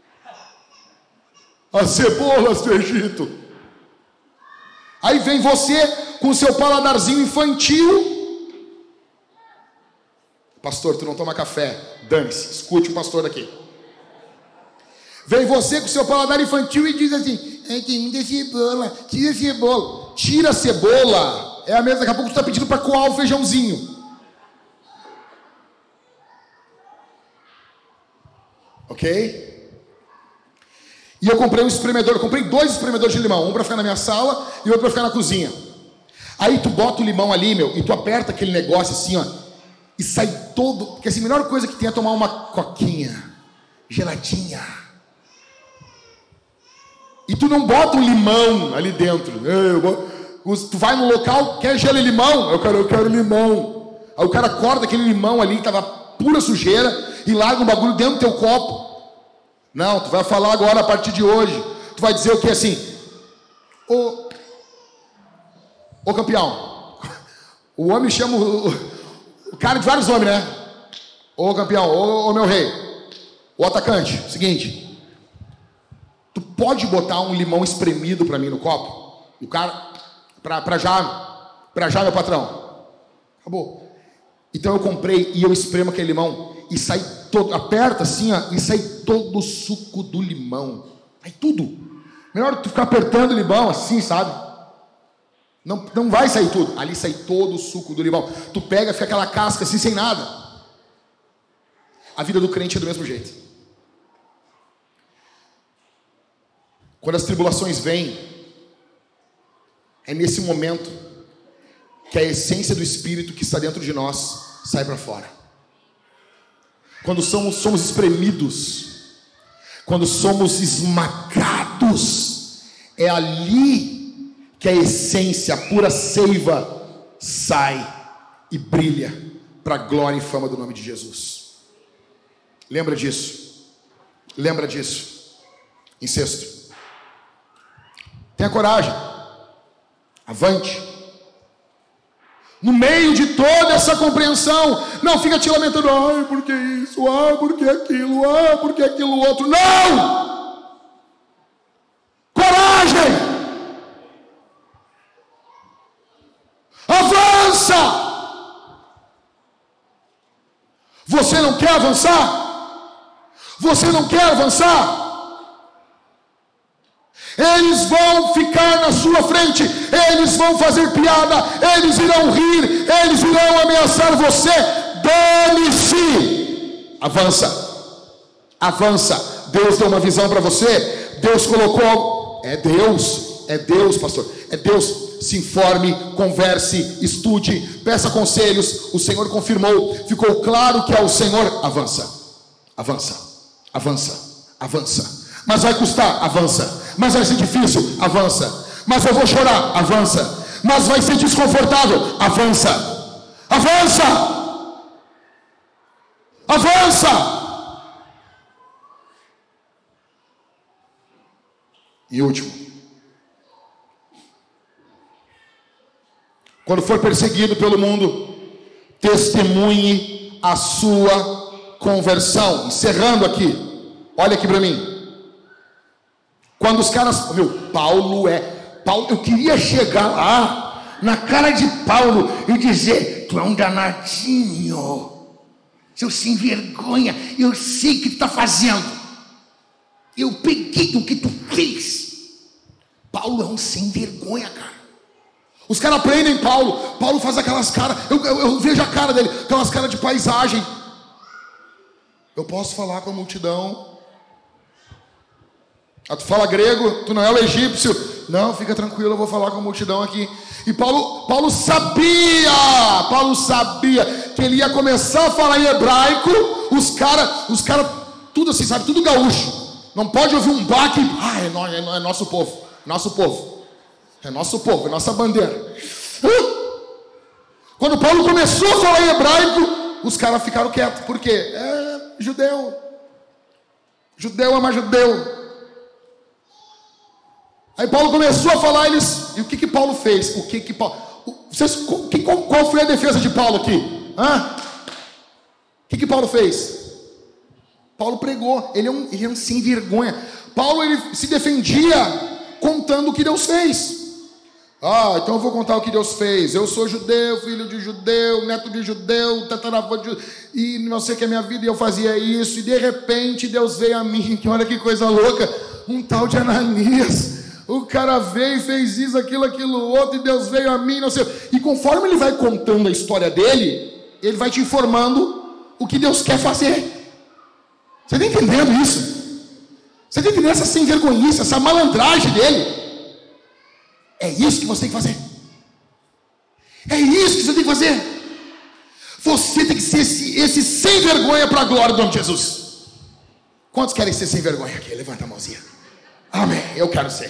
Speaker 2: As cebolas do Egito. Aí vem você com o seu paladarzinho infantil. Pastor, tu não toma café. Dane-se, escute o pastor daqui. Vem você com o seu paladar infantil e diz assim: tem muita cebola, tira a cebola. Tira a cebola. É a mesma, daqui a pouco tu está pedindo para coar o feijãozinho. Ok? E eu comprei um espremedor. Eu comprei 2 espremedores de limão. Um para ficar na minha sala e outro para ficar na cozinha. Aí tu bota o limão ali, meu, e tu aperta aquele negócio assim, ó, e sai todo. Porque assim, a melhor coisa que tem é tomar uma coquinha geladinha. E tu não bota um limão ali dentro. Tu vai no local, quer gelo e limão? Eu quero limão. Aí o cara corta aquele limão ali, que tava pura sujeira, e larga um bagulho dentro do teu copo. Não, tu vai falar agora, a partir de hoje. Tu vai dizer o que assim? Ô campeão. O homem chama o cara de vários nomes, né? Ô campeão, ô meu rei. Ô atacante, seguinte. Tu pode botar um limão espremido pra mim no copo? O cara, pra já, meu patrão. Acabou. Então eu comprei e eu espremo aquele limão e sai todo, aperta assim, ó, e sai todo o suco do limão. Sai tudo. Melhor tu ficar apertando o limão assim, sabe? Não vai sair tudo. Ali sai todo o suco do limão. Tu pega, fica aquela casca assim, sem nada. A vida do crente é do mesmo jeito. Quando as tribulações vêm, é nesse momento que a essência do Espírito que está dentro de nós sai para fora. Quando somos espremidos, quando somos esmagados, é ali que a essência, a pura seiva sai e brilha para a glória e fama do nome de Jesus. Lembra disso. Lembra disso. Em sexto, tenha coragem. Avante. No meio de toda essa compreensão, não fica te lamentando, ai, por que isso, ai, por que aquilo, ai, por que aquilo outro. Não! Coragem! Avança! Você não quer avançar? Você não quer avançar? Eles vão ficar na sua frente, eles vão fazer piada, eles irão rir, eles irão ameaçar você. Dane-se! Avança, avança. Deus deu uma visão para você, Deus colocou. É Deus, pastor, é Deus. Se informe, converse, estude, peça conselhos. O Senhor confirmou, ficou claro que é o Senhor. Avança, avança, avança, avança. Mas vai custar, avança. Mas vai ser difícil, avança. Mas eu vou chorar, avança. Mas vai ser desconfortável, avança. Avança! Avança! E último, quando for perseguido pelo mundo, testemunhe a sua conversão. Encerrando aqui, olha aqui para mim. Quando os caras, Paulo, eu queria chegar lá, na cara de Paulo, e dizer, tu é um danadinho, seu sem vergonha, eu sei o que tu está fazendo, eu peguei o que tu fez. Paulo é um sem vergonha, cara. Os caras prendem Paulo faz aquelas caras, eu vejo a cara dele, aquelas caras de paisagem. Eu posso falar com a multidão. Tu fala grego, tu não é o egípcio. Não, fica tranquilo, eu vou falar com a multidão aqui. E Paulo sabia que ele ia começar a falar em hebraico. Os cara, tudo assim, sabe, tudo gaúcho. Não pode ouvir um baque. É nosso povo, é nosso povo, é nossa bandeira. Quando Paulo começou a falar em hebraico, os caras ficaram quietos. Por quê? É judeu ama judeu. Aí Paulo começou a falar, e o que Paulo fez? Qual foi a defesa de Paulo aqui? O que Paulo fez? Paulo pregou, ele é um sem vergonha. Paulo, ele se defendia contando o que Deus fez. Então eu vou contar o que Deus fez. Eu sou judeu, filho de judeu, neto de judeu, tataravô de judeu, e não sei o que é minha vida, e eu fazia isso, e de repente Deus veio a mim, que olha que coisa louca, um tal de Ananias. O cara veio e fez isso, aquilo outro, e Deus veio a mim, não sei. E conforme ele vai contando a história dele, ele vai te informando o que Deus quer fazer. Você está entendendo isso? Você está entendendo essa sem vergonhice, essa malandragem dele? É isso que você tem que fazer. É isso que você tem que fazer. Você tem que ser esse sem vergonha para a glória do nome de Jesus. Quantos querem ser sem vergonha aqui? Levanta a mãozinha. Amém. Eu quero ser.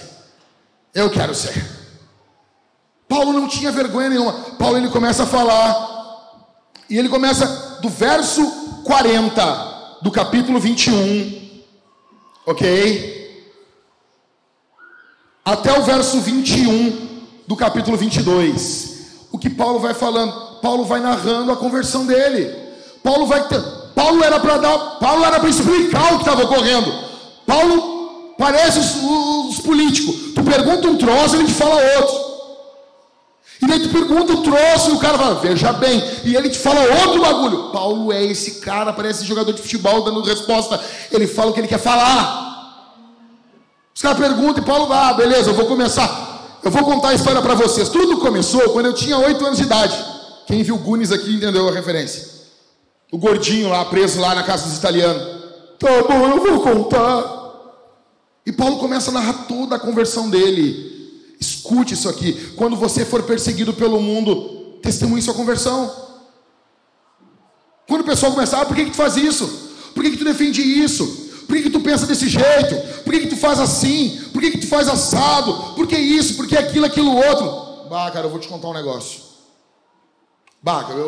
Speaker 2: Paulo não tinha vergonha nenhuma. Paulo, ele começa a falar, e ele começa do verso 40 do capítulo 21, ok? Até o verso 21 do capítulo 22. O que Paulo vai falando? Paulo vai narrando a conversão dele. Paulo era para explicar o que estava ocorrendo. Paulo parece os políticos. Tu pergunta um troço, ele te fala outro. E daí tu pergunta o troço e o cara fala, veja bem. E ele te fala outro bagulho. Paulo é esse cara, parece jogador de futebol dando resposta. Ele fala o que ele quer falar. Os caras perguntam e Paulo vai, beleza, eu vou começar. Eu vou contar a história para vocês. Tudo começou quando eu tinha 8 anos de idade. Quem viu Goonies aqui entendeu a referência. O gordinho lá, preso lá na casa dos italianos. Tá bom, eu vou contar. E Paulo começa a narrar toda a conversão dele. Escute isso aqui. Quando você for perseguido pelo mundo, testemunhe sua conversão. Quando o pessoal começar, por que tu faz isso? Por que tu defende isso? Por que tu pensa desse jeito? Por que tu faz assim? Por que tu faz assado? Por que isso? Por que aquilo, aquilo outro? Bah, cara, eu vou te contar um negócio. Bah, cara,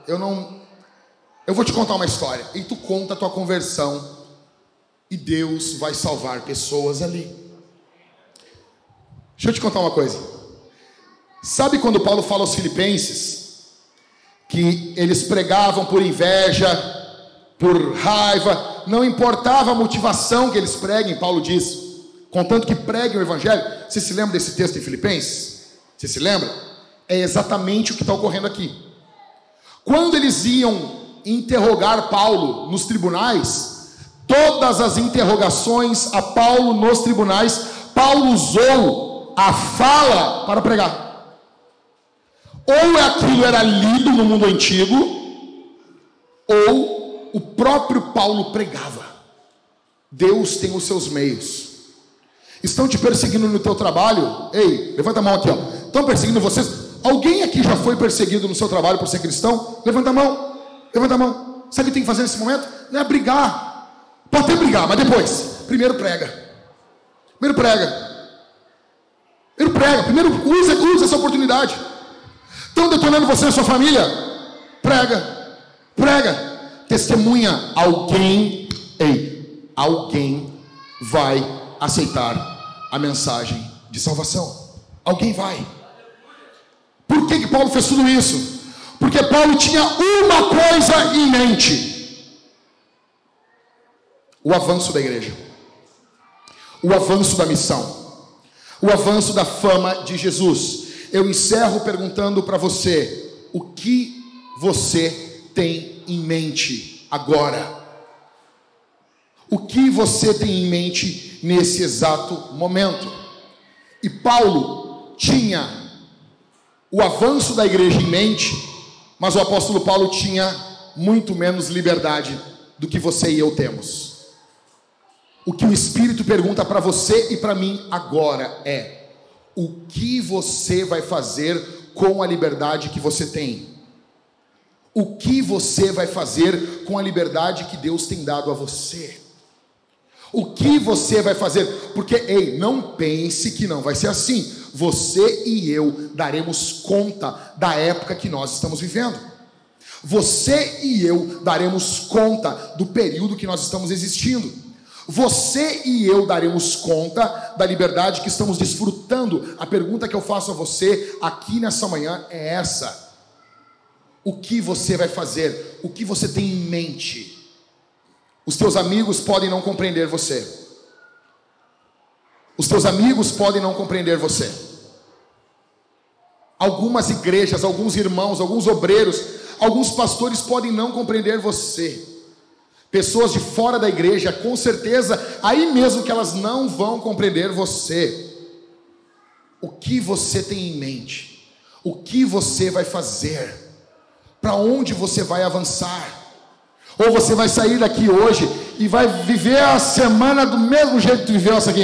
Speaker 2: eu vou te contar uma história. E tu conta a tua conversão. E Deus vai salvar pessoas ali. Deixa eu te contar uma coisa. Sabe quando Paulo fala aos filipenses que eles pregavam por inveja, por raiva, não importava a motivação que eles preguem, Paulo diz, contanto que preguem o evangelho. Você se lembra desse texto em Filipenses? Você se lembra? É exatamente o que está ocorrendo aqui. Quando eles iam interrogar Paulo nos tribunais, todas as interrogações a Paulo nos tribunais, Paulo usou a fala para pregar. Ou aquilo era lido no mundo antigo, ou o próprio Paulo pregava. Deus tem os seus meios. Estão te perseguindo no teu trabalho? Ei, levanta a mão aqui, ó. Estão perseguindo vocês? Alguém aqui já foi perseguido no seu trabalho por ser cristão? Levanta a mão. Levanta a mão. Sabe o que tem que fazer nesse momento? Não é brigar. Pode até brigar, mas depois. Primeiro prega. Primeiro usa essa oportunidade. Estão detonando você e sua família? Prega. Testemunha. Alguém vai aceitar a mensagem de salvação. Alguém vai. Por que Paulo fez tudo isso? Porque Paulo tinha uma coisa em mente: o avanço da igreja, o avanço da missão, o avanço da fama de Jesus. Eu encerro perguntando para você: o que você tem em mente agora? O que você tem em mente nesse exato momento? E Paulo tinha o avanço da igreja em mente, mas o apóstolo Paulo tinha muito menos liberdade do que você e eu temos. O que o Espírito pergunta para você e para mim agora é: o que você vai fazer com a liberdade que você tem? O que você vai fazer com a liberdade que Deus tem dado a você? O que você vai fazer? Porque, ei, não pense que não vai ser assim. Você e eu daremos conta da época que nós estamos vivendo. Você e eu daremos conta do período que nós estamos existindo. Você e eu daremos conta da liberdade que estamos desfrutando. A pergunta que eu faço a você aqui nessa manhã é essa: o que você vai fazer? O que você tem em mente? Os teus amigos podem não compreender você. Os teus amigos podem não compreender você. Algumas igrejas, alguns irmãos, alguns obreiros, alguns pastores podem não compreender você. Pessoas de fora da igreja, com certeza, aí mesmo que elas não vão compreender você. O que você tem em mente? O que você vai fazer? Para onde você vai avançar? Ou você vai sair daqui hoje e vai viver a semana do mesmo jeito que tu viveu essa aqui?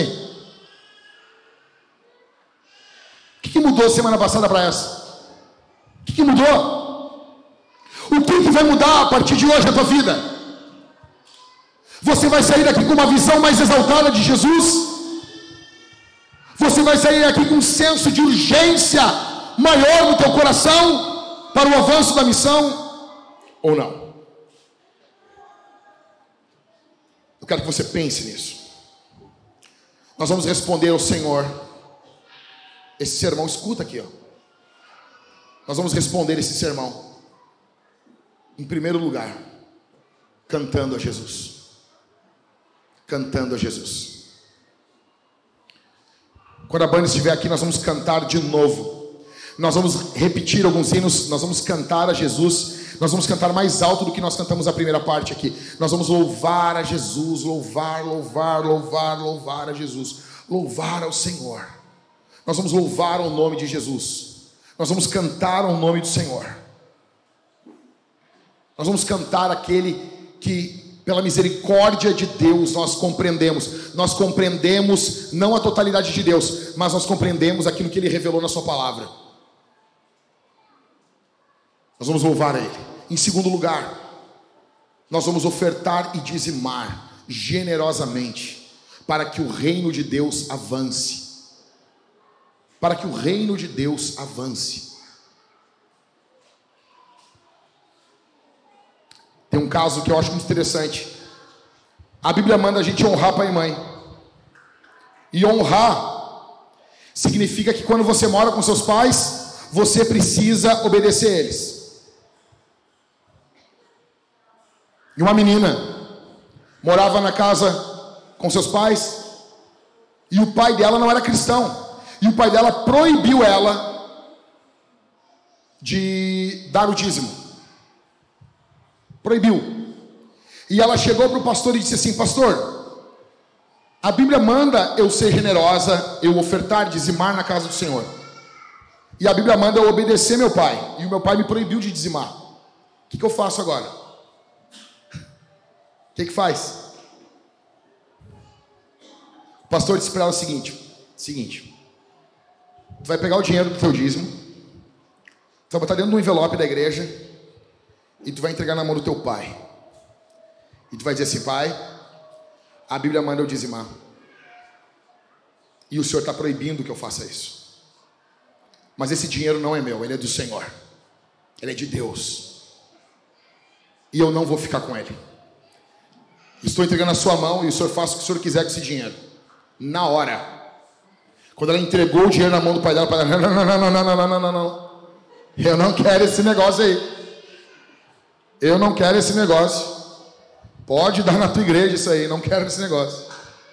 Speaker 2: O que mudou semana passada para essa? O que mudou? O que vai mudar a partir de hoje na tua vida? Você vai sair daqui com uma visão mais exaltada de Jesus? Você vai sair daqui com um senso de urgência maior no teu coração para o avanço da missão? Ou não? Eu quero que você pense nisso. Nós vamos responder ao Senhor. Esse sermão, escuta aqui, ó. Nós vamos responder esse sermão, em primeiro lugar, cantando a Jesus. Cantando a Jesus. Quando a banda estiver aqui, nós vamos cantar de novo. Nós vamos repetir alguns hinos, nós vamos cantar a Jesus, nós vamos cantar mais alto do que nós cantamos a primeira parte aqui. Nós vamos louvar a Jesus, louvar a Jesus, louvar ao Senhor. Nós vamos louvar o nome de Jesus, nós vamos cantar o nome do Senhor. Nós vamos cantar aquele que, pela misericórdia de Deus, nós compreendemos não a totalidade de Deus, mas nós compreendemos aquilo que Ele revelou na sua palavra. Nós vamos louvar a Ele. Em segundo lugar, nós vamos ofertar e dizimar generosamente, para que o reino de Deus avance. Para que o reino de Deus avance. Tem um caso que eu acho muito interessante. A Bíblia manda a gente honrar pai e mãe. E honrar significa que quando você mora com seus pais, você precisa obedecer a eles. E uma menina morava na casa com seus pais, e o pai dela não era cristão. E o pai dela proibiu ela de dar o dízimo. Proibiu. E ela chegou para o pastor e disse assim: pastor, a Bíblia manda eu ser generosa, eu ofertar, dizimar na casa do Senhor. E a Bíblia manda eu obedecer meu pai. E o meu pai me proibiu de dizimar. O que eu faço agora? O que faz? O pastor disse para ela o seguinte: tu vai pegar o dinheiro do teu dízimo, tu vai botar dentro de um envelope da igreja e tu vai entregar na mão do teu pai. E tu vai dizer assim: pai, a Bíblia manda eu dizimar, e o Senhor está proibindo que eu faça isso. Mas esse dinheiro não é meu, ele é do Senhor, ele é de Deus, e eu não vou ficar com ele. Estou entregando na sua mão e o Senhor faz o que o Senhor quiser com esse dinheiro. Na hora, quando ela entregou o dinheiro na mão do pai dela, o pai dela: não, eu não quero esse negócio aí. Eu não quero esse negócio. Pode dar na tua igreja isso aí, não quero esse negócio.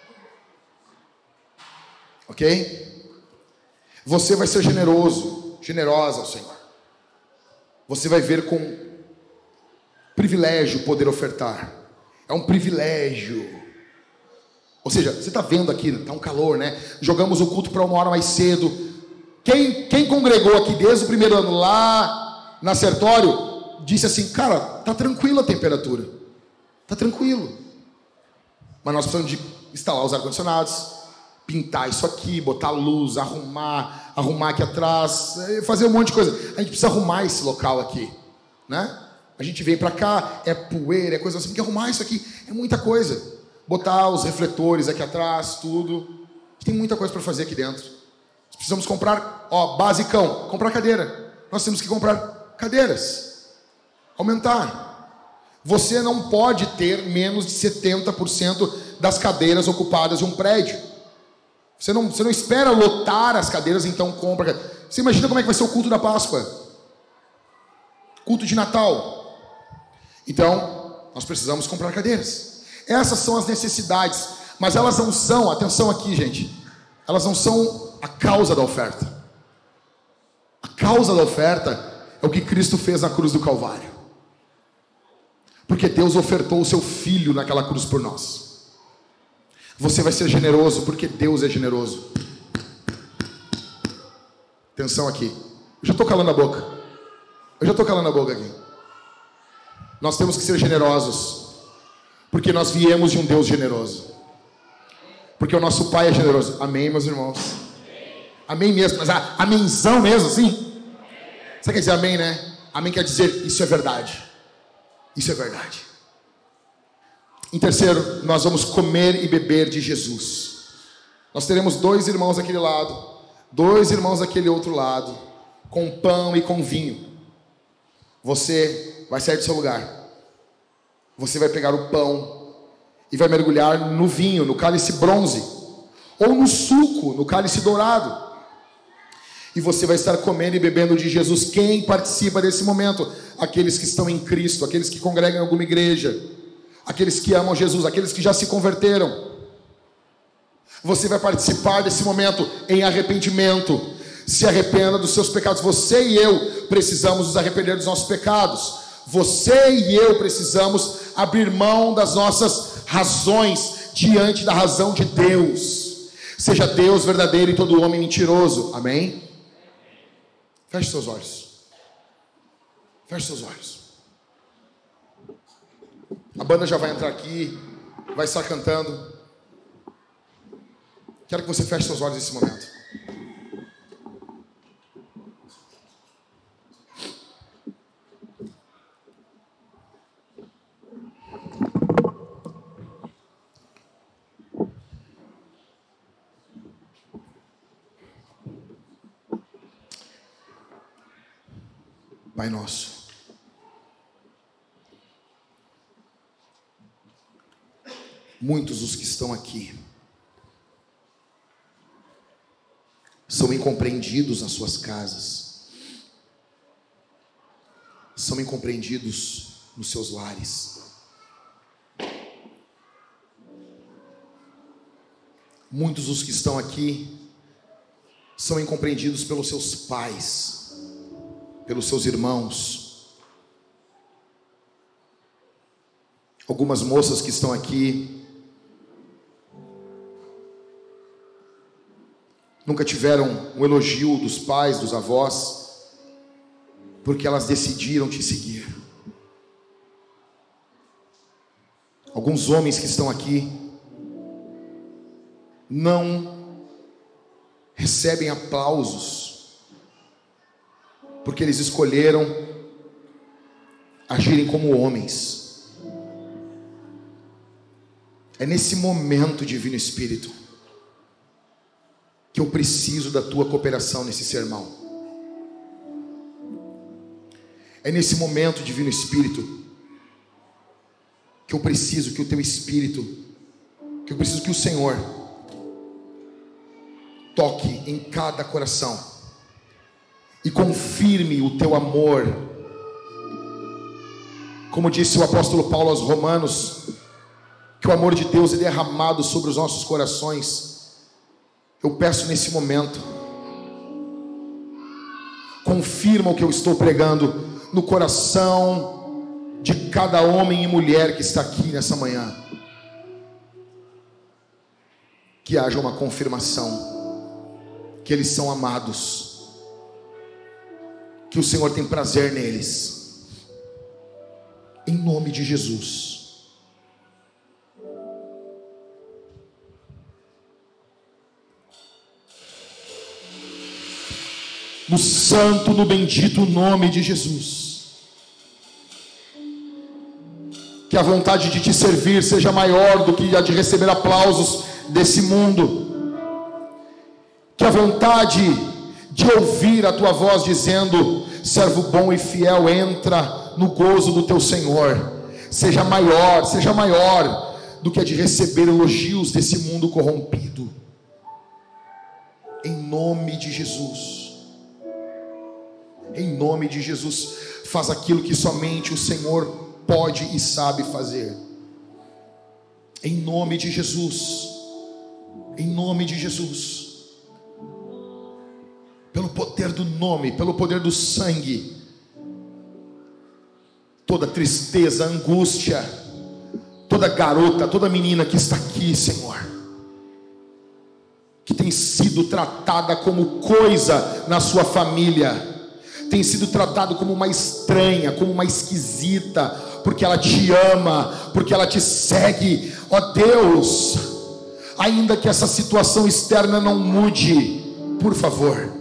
Speaker 2: Ok? Você vai ser generosa ao Senhor. Você vai ver com privilégio poder ofertar. É um privilégio. Ou seja, você está vendo aqui, está um calor, né? Jogamos o culto para 1 hora mais cedo. Quem congregou aqui desde o primeiro ano lá na Sertório, disse assim: cara, tá tranquila a temperatura. Tá tranquilo. Mas nós precisamos de instalar os ar-condicionados, pintar isso aqui, botar luz, arrumar aqui atrás, fazer um monte de coisa. A gente precisa arrumar esse local aqui, né? A gente vem para cá, é poeira, é coisa assim, tem que arrumar isso aqui, é muita coisa. Botar os refletores aqui atrás, tudo. Tem muita coisa para fazer aqui dentro. Nós precisamos comprar, basicão, comprar cadeira. Nós temos que comprar cadeiras. Aumentar. Você não pode ter menos de 70% das cadeiras ocupadas de um prédio. Você não espera lotar as cadeiras, então compra. Você imagina como é que vai ser o culto da Páscoa? Culto de Natal. Então, nós precisamos comprar cadeiras. Essas são as necessidades, mas elas não são, atenção aqui, gente, elas não são a causa da oferta. A causa da oferta é o que Cristo fez na cruz do Calvário. Porque Deus ofertou o seu Filho naquela cruz por nós. Você vai ser generoso porque Deus é generoso. Atenção aqui. Eu já estou calando a boca. Aqui. Nós temos que ser generosos, porque nós viemos de um Deus generoso. Porque o nosso Pai é generoso. Amém, meus irmãos? Amém mesmo, mas amémzão mesmo, assim? Você quer dizer amém, né? Amém quer dizer, isso é verdade. Isso é verdade. Em terceiro, nós vamos comer e beber de Jesus. Nós teremos 2 irmãos daquele lado, 2 irmãos daquele outro lado, com pão e com vinho. Você vai sair do seu lugar. Você vai pegar o pão e vai mergulhar no vinho, no cálice bronze, ou no suco, no cálice dourado. E você vai estar comendo e bebendo de Jesus. Quem participa desse momento? Aqueles que estão em Cristo, aqueles que congregam em alguma igreja, aqueles que amam Jesus, aqueles que já se converteram. Você vai participar desse momento em arrependimento, se arrependa dos seus pecados. Você e eu precisamos nos arrepender dos nossos pecados. Você e eu precisamos abrir mão das nossas razões diante da razão de Deus. Seja Deus verdadeiro e todo homem mentiroso. Amém? Feche seus olhos. Feche seus olhos. A banda já vai entrar aqui, vai estar cantando. Quero que você feche seus olhos nesse momento. Pai nosso, muitos os que estão aqui são incompreendidos nas suas casas, são incompreendidos nos seus lares. Muitos os que estão aqui são incompreendidos pelos seus pais, pelos seus irmãos. Algumas moças que estão aqui nunca tiveram um elogio dos pais, dos avós, porque elas decidiram te seguir. Alguns homens que estão aqui não recebem aplausos porque eles escolheram agirem como homens. É nesse momento, Divino Espírito, que eu preciso da tua cooperação nesse sermão. É nesse momento, Divino Espírito, que eu preciso que o teu Espírito, que eu preciso que o Senhor toque em cada coração e confirme o teu amor. Como disse o apóstolo Paulo aos Romanos, que o amor de Deus é derramado sobre os nossos corações. Eu peço nesse momento, confirma o que eu estou pregando no coração de cada homem e mulher que está aqui nessa manhã. Que haja uma confirmação que eles são amados, que o Senhor tem prazer neles, em nome de Jesus. No santo, no bendito nome de Jesus. Que a vontade de te servir seja maior do que a de receber aplausos desse mundo. Que a vontade de ouvir a tua voz dizendo: servo bom e fiel, entra no gozo do teu Senhor, seja maior do que a de receber elogios desse mundo corrompido. Em nome de Jesus. Em nome de Jesus, faz aquilo que somente o Senhor pode e sabe fazer. Em nome de Jesus. Em nome de Jesus. Pelo poder do nome, pelo poder do sangue, toda tristeza, angústia, toda garota, toda menina que está aqui, Senhor, que tem sido tratada como coisa na sua família, tem sido tratado como uma estranha, como uma esquisita, porque ela te ama, porque ela te segue. Ó Deus, ainda que essa situação externa não mude, por favor,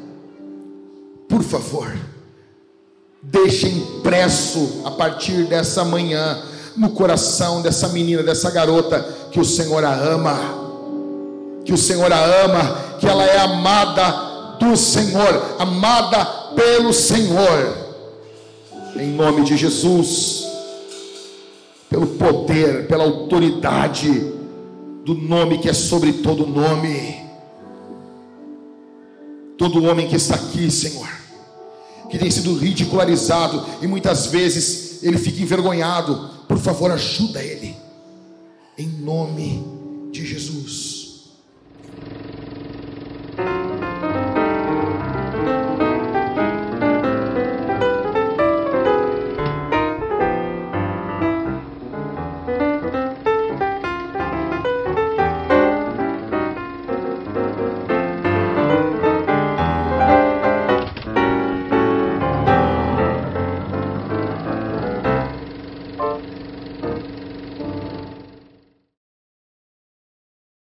Speaker 2: deixe impresso a partir dessa manhã no coração dessa menina, dessa garota, que o Senhor a ama, que o Senhor a ama, que ela é amada do Senhor, amada pelo Senhor, em nome de Jesus, pelo poder, pela autoridade do nome que é sobre todo nome. Todo homem que está aqui, Senhor, que tem sido ridicularizado e muitas vezes ele fica envergonhado, por favor, ajuda ele, em nome de Jesus.